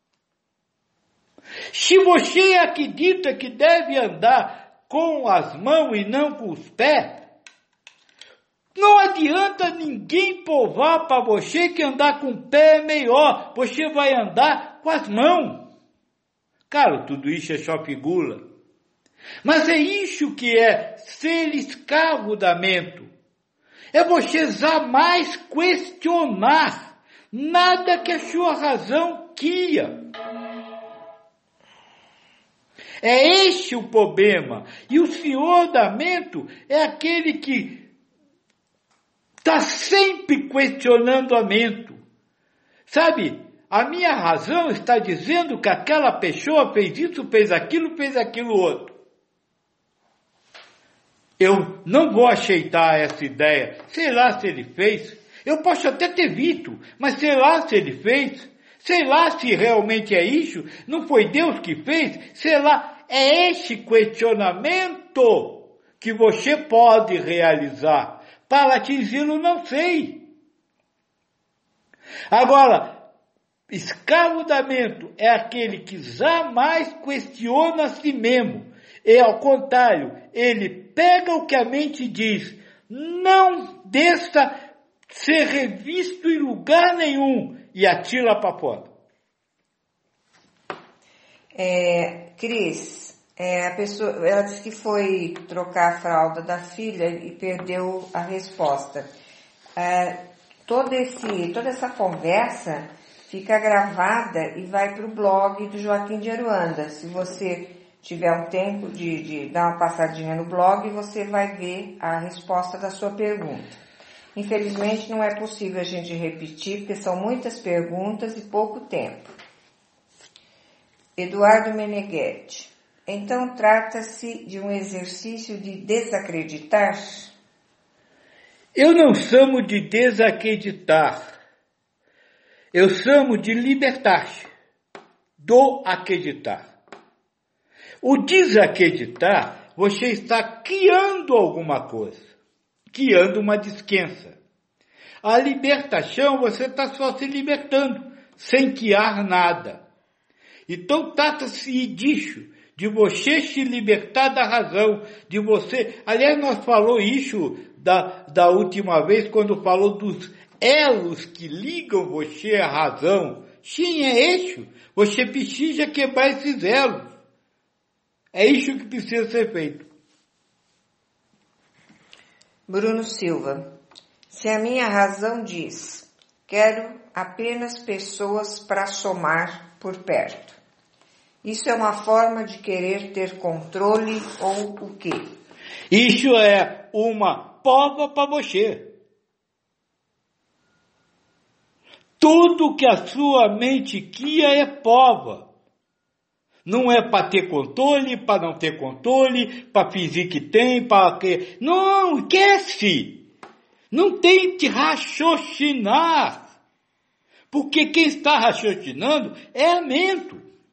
Se você acredita que deve andar com as mãos e não com os pés, não adianta ninguém provar para você que andar com o pé é melhor. Você vai andar com as mãos. Claro, tudo isso é só figura. Mas é isso que é ser escravo da mente. É você jamais questionar nada que a sua razão queira. É este o problema. E o senhor da mente é aquele que está sempre questionando a mente. Sabe, a minha razão está dizendo que aquela pessoa fez isso, fez aquilo outro. Eu não vou aceitar essa ideia. Sei lá se ele fez. Eu posso até ter visto, mas sei lá se ele fez. Sei lá se realmente é isso. Não foi Deus que fez. Sei lá. É este questionamento que você pode realizar. Para atingi-lo, não sei. Agora, escravo da mente é aquele que jamais questiona a si mesmo. E ao contrário, ele pega o que a mente diz, não deixa ser revisto em lugar nenhum e atira para fora. Cris, a pessoa, ela disse que foi trocar a fralda da filha e perdeu a resposta. Toda essa conversa fica gravada e vai para o blog do Joaquim de Aruanda. Se você tiver um tempo de dar uma passadinha no blog, você vai ver a resposta da sua pergunta. Infelizmente não é possível a gente repetir, porque são muitas perguntas e pouco tempo. Eduardo Meneghetti. Então trata-se de um exercício de desacreditar? Eu não chamo de desacreditar. Eu chamo de libertar do acreditar. O desacreditar, você está criando alguma coisa, criando uma descrença. A libertação, você está só se libertando, sem criar nada. Então trata-se disso, de você se libertar da razão, de você... Aliás, nós falamos isso da última vez, quando falou dos elos que ligam você à razão. Sim, é isso. Você precisa quebrar esses elos. É isso que precisa ser feito. Bruno Silva. Se a minha razão diz, quero apenas pessoas para somar por perto. Isso é uma forma de querer ter controle ou o quê? Isso é uma prova para você. Tudo que a sua mente cria é prova. Não é para ter controle, para não ter controle, para fingir que tem, para que... Não, esquece! Não tente raciocinar. Porque quem está raciocinando é a mente.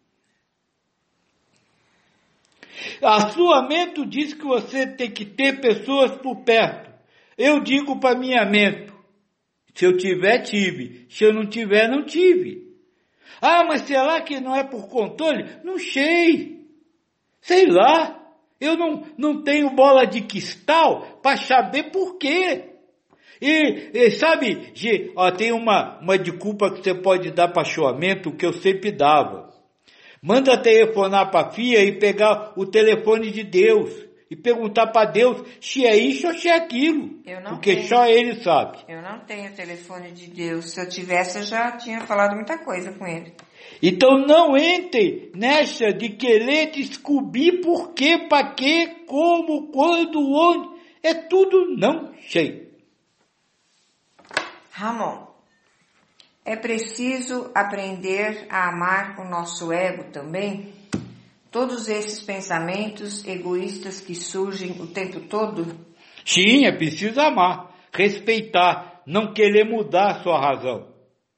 A sua mente diz que você tem que ter pessoas por perto. Eu digo para minha mente, se eu tiver, tive. Se eu não tiver, não tive. Ah, mas será que não é por controle? Não sei. Sei lá. Eu não tenho bola de cristal para saber por quê. E sabe, tem uma desculpa que você pode dar para achouamento que eu sempre dava. Manda telefonar para a filha e pegar o telefone de Deus. e perguntar para Deus se é isso ou se é aquilo. Porque só Ele sabe. Eu não tenho telefone de Deus. Se eu tivesse, eu já tinha falado muita coisa com Ele. Então não entre nessa de querer descobrir por quê, para quê, como, quando, onde. É tudo não sei. Ramon, é preciso aprender a amar o nosso ego também? Todos esses pensamentos egoístas que surgem o tempo todo? Sim, é preciso amar, respeitar, não querer mudar a sua razão.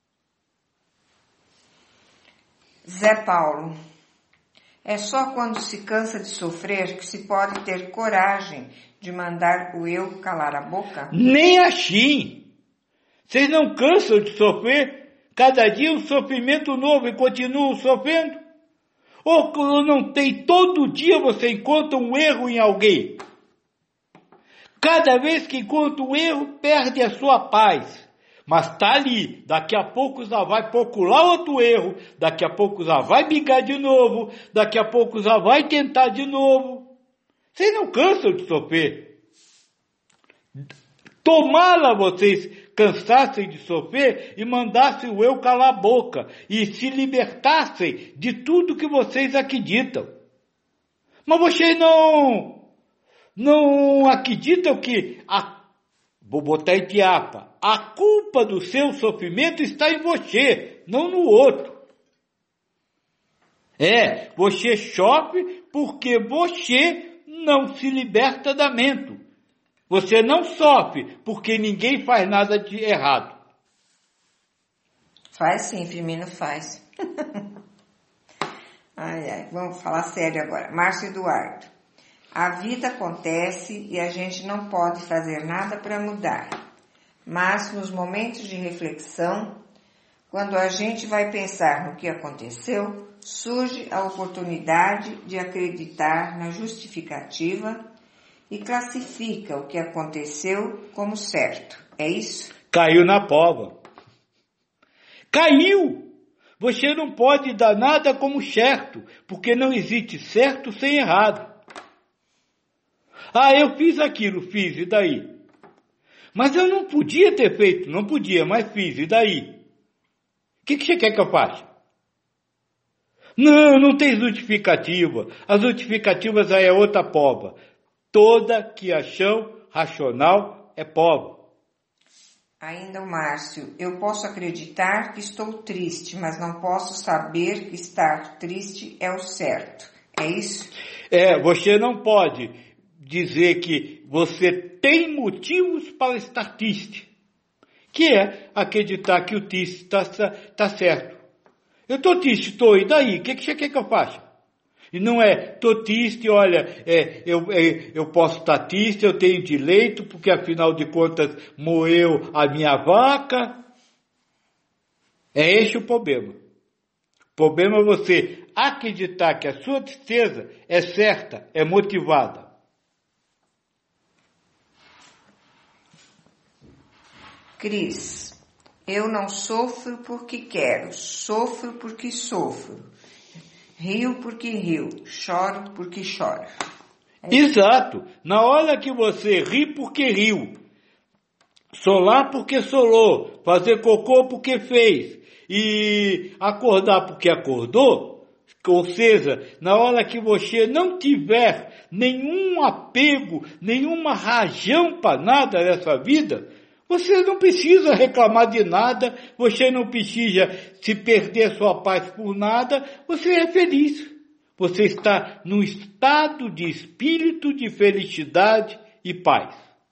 Zé Paulo, é só quando se cansa de sofrer que se pode ter coragem de mandar o eu calar a boca? Nem assim. Vocês não cansam de sofrer? Cada dia um sofrimento novo e continuam sofrendo? Ou não tem, todo dia você encontra um erro em alguém? Cada vez que encontra um erro, perde a sua paz. Mas está ali, daqui a pouco já vai procurar outro erro, daqui a pouco já vai brigar de novo, daqui a pouco já vai tentar de novo. Vocês não cansam de sofrer? Tomara vocês cansassem de sofrer e mandassem o eu calar a boca e se libertassem de tudo que vocês acreditam. Mas vocês não acreditam que vou botar em tiapa, a culpa do seu sofrimento está em você, não no outro. Você sofre porque você não se liberta da mente. Você não sofre porque ninguém faz nada de errado. Faz sim, Firmino, faz. Vamos falar sério agora. Márcio Eduardo. A vida acontece e a gente não pode fazer nada para mudar. Mas nos momentos de reflexão, quando a gente vai pensar no que aconteceu, surge a oportunidade de acreditar na justificativa e classifica o que aconteceu como certo. É isso? Caiu na prova. Caiu! Você não pode dar nada como certo, porque não existe certo sem errado. Eu fiz aquilo, fiz, e daí? Mas eu não podia ter feito, não podia, mas fiz, e daí? O que você quer que eu faça? Não tem justificativa. As justificativas aí é outra prova. Toda criação racional é prova. Ainda o Márcio, eu posso acreditar que estou triste, mas não posso saber que estar triste é o certo. É isso? Você não pode dizer que você tem motivos para estar triste, que é acreditar que o triste está certo. Eu estou triste, e daí? O que você quer que eu faça? E não estou triste, olha, eu posso estar triste, eu tenho direito, porque afinal de contas moeu a minha vaca. É esse o problema. O problema é você acreditar que a sua tristeza é certa, é motivada. Cris, eu não sofro porque quero, sofro porque sofro. Rio porque rio, choro porque choro. Exato. Na hora que você ri porque riu, solar porque solou, fazer cocô porque fez e acordar porque acordou, ou seja, na hora que você não tiver nenhum apego, nenhuma razão para nada nessa vida, você não precisa reclamar de nada, você não precisa se perder sua paz por nada, você é feliz. Você está num estado de espírito de felicidade e paz.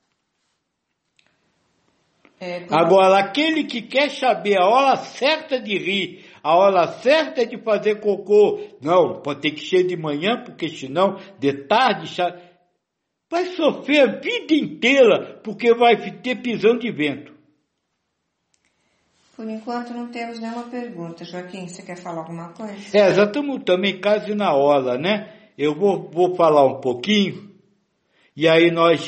Agora, aquele que quer saber a hora certa de rir, a hora certa de fazer cocô, não, pode ter que ser de manhã, porque senão de tarde vai sofrer a vida inteira, porque vai ter pisão de vento. Por enquanto não temos nenhuma pergunta. Joaquim, você quer falar alguma coisa? Já estamos também quase na hora, né? Eu vou falar um pouquinho, e aí nós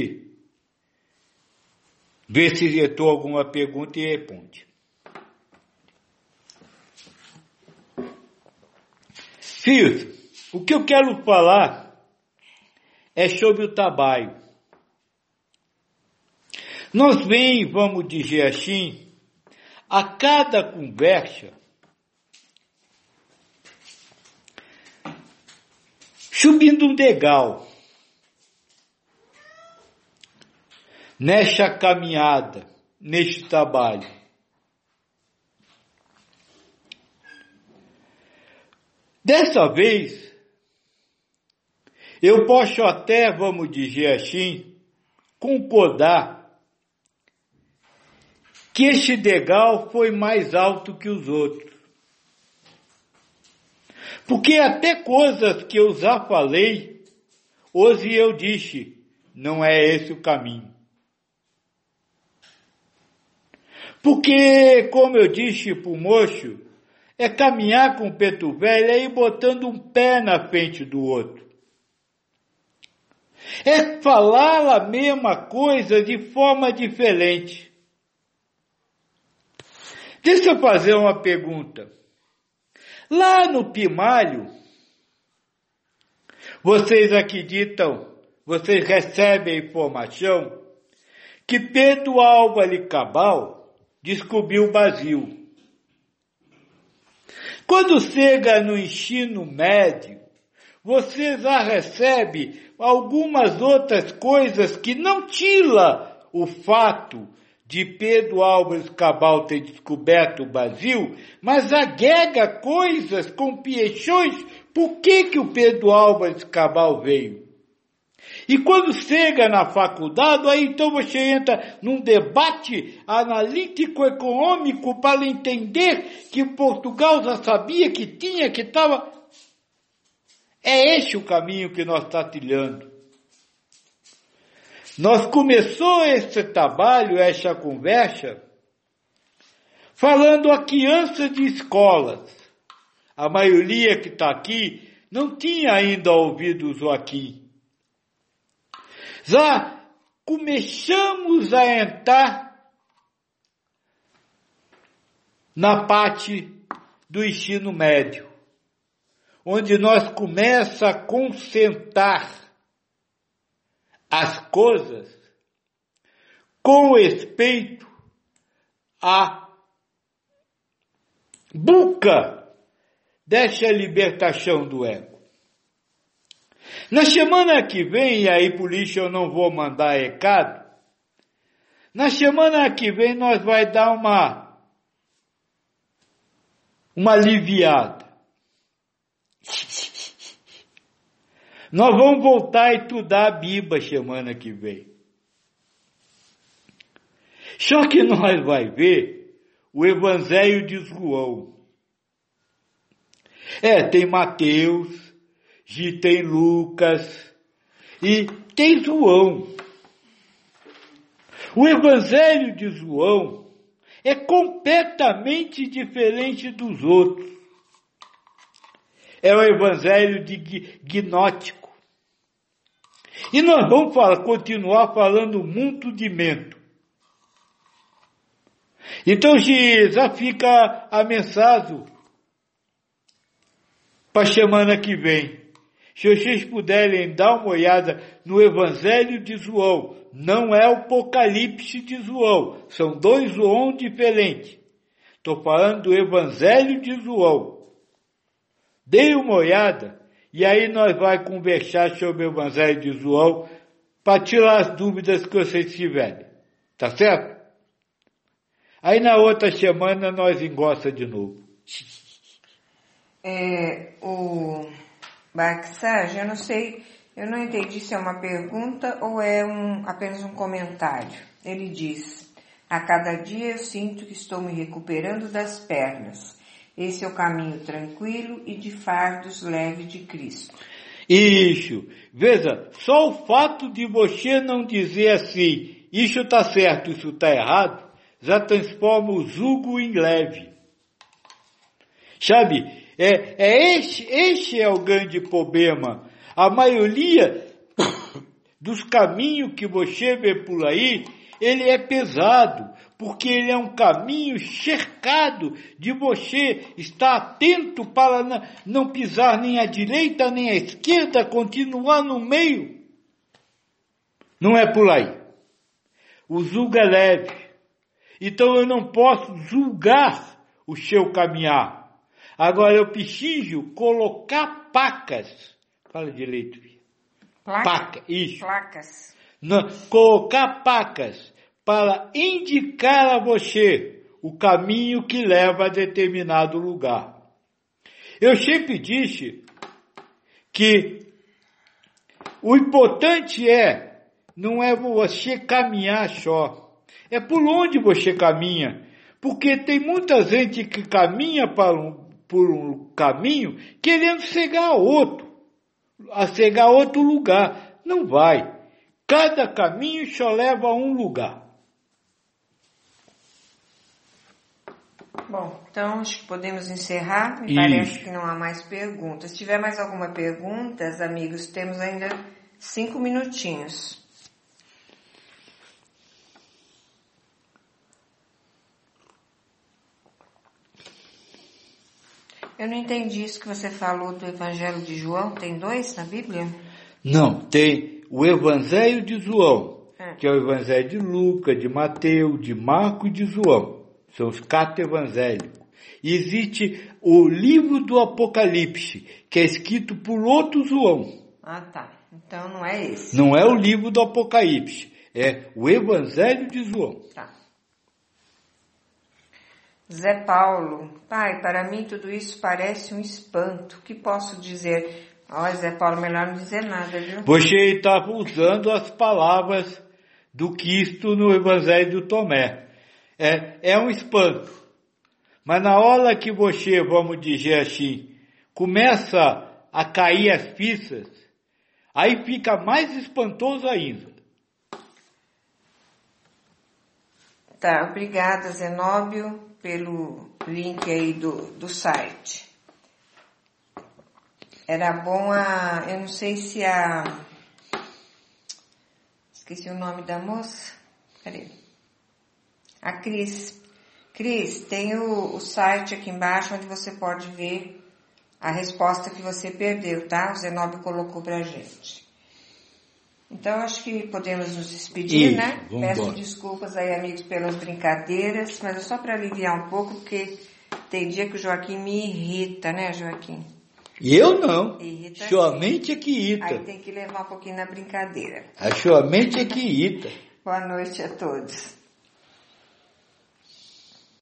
ver se retou alguma pergunta e responde. Filhos, o que eu quero falar é sobre o trabalho. Nós vamos dizer assim, a cada conversa, subindo um degrau, nesta caminhada, neste trabalho. Dessa vez, eu posso até, vamos dizer assim, concordar que este degrau foi mais alto que os outros. Porque até coisas que eu já falei, hoje eu disse, não é esse o caminho. Porque, como eu disse para o moço, é caminhar com o preto velho e ir botando um pé na frente do outro. É falar a mesma coisa de forma diferente. Deixa eu fazer uma pergunta. Lá no primário, vocês acreditam, vocês recebem a informação que Pedro Álvares Cabral descobriu o Brasil. Quando chega no ensino médio, você já recebe algumas outras coisas que não tira o fato de Pedro Álvares Cabral ter descoberto o Brasil, mas agrega coisas com piechões, por que o Pedro Álvares Cabral veio. E quando chega na faculdade, aí então você entra num debate analítico-econômico para entender que Portugal já sabia que tinha, que estava. É este o caminho que nós estamos trilhando. Nós começamos esse trabalho, essa conversa, falando a crianças de escolas. A maioria que está aqui não tinha ainda ouvido o Joaquim. Já começamos a entrar na parte do ensino médio, onde nós começamos a concentrar as coisas com respeito à busca dessa libertação do ego. Na semana que vem, e aí por isso eu não vou mandar recado, na semana que vem nós vai dar uma aliviada. Nós vamos voltar a estudar a Bíblia semana que vem. Só que nós vai ver o Evangelho de João. Tem Mateus, tem Lucas e tem João. O Evangelho de João é completamente diferente dos outros. É o Evangelho gnóstico. E nós vamos continuar falando muito de mento. Então já fica a mensagem para a semana que vem. Se vocês puderem dar uma olhada no Evangelho de João, não é o Apocalipse de João, são dois João diferentes. Estou falando do Evangelho de João. Dê uma olhada e aí nós vamos conversar sobre o Evangelho de João para tirar as dúvidas que vocês tiverem. Tá certo? Aí na outra semana nós engosta de novo. O Baxage, eu não sei, eu não entendi se é uma pergunta ou é apenas um comentário. Ele diz: a cada dia eu sinto que estou me recuperando das pernas. Esse é o caminho tranquilo e de fardos leve de Cristo. Isso. Veja, só o fato de você não dizer assim, isso está certo, isso está errado, já transforma o jugo em leve. Sabe? Este é o grande problema. A maioria dos caminhos que você vê por aí, ele é pesado, porque ele é um caminho cercado de você estar atento para não pisar nem à direita nem à esquerda, continuar no meio. Não é por aí. O julgo é leve. Então eu não posso julgar o seu caminhar. Agora eu preciso colocar pacas. Fala direito, filho. Paca, isso. Placas. Não, colocar pacas para indicar a você o caminho que leva a determinado lugar. Eu sempre disse que o importante não é você caminhar só, é por onde você caminha, porque tem muita gente que caminha por um caminho querendo chegar a outro lugar. Não vai. Cada caminho só leva a um lugar. Bom, então acho que podemos encerrar. Me Isso. parece que não há mais perguntas. Se tiver mais alguma pergunta, amigos, temos ainda 5 minutinhos. Eu não entendi isso que você falou do Evangelho de João. Tem 2 na Bíblia? Não, tem o Evangelho de João, que é o Evangelho de Lucas, de Mateus, de Marcos e de João. São os 4 evangelhos. E existe o livro do Apocalipse, que é escrito por outro João. Ah, tá. Então não é esse. Não é o livro do Apocalipse, é o Evangelho de João. Tá. Zé Paulo, pai, para mim tudo isso parece um espanto. O que posso dizer? Olha, Zé Paulo, melhor não dizer nada, viu? Você está usando as palavras do Cristo no Evangelho do Tomé. É um espanto. Mas na hora que você, vamos dizer assim, começa a cair as fichas, aí fica mais espantoso ainda. Tá, obrigada, Zenóbio, pelo link aí do site. Era bom eu não sei se esqueci o nome da moça. Cadê? A Cris. Cris, tem o site aqui embaixo onde você pode ver a resposta que você perdeu, tá? O Zenóbio colocou pra gente. Então, acho que podemos nos despedir, Isso, né? Peço embora. desculpas aí, amigos, pelas brincadeiras, mas é só para aliviar um pouco, porque tem dia que o Joaquim me irrita, né, Joaquim? E eu não. Irrita. Sua mente é que irrita. Aí tem que levar um pouquinho na brincadeira. A sua mente é que irrita. Boa noite a todos.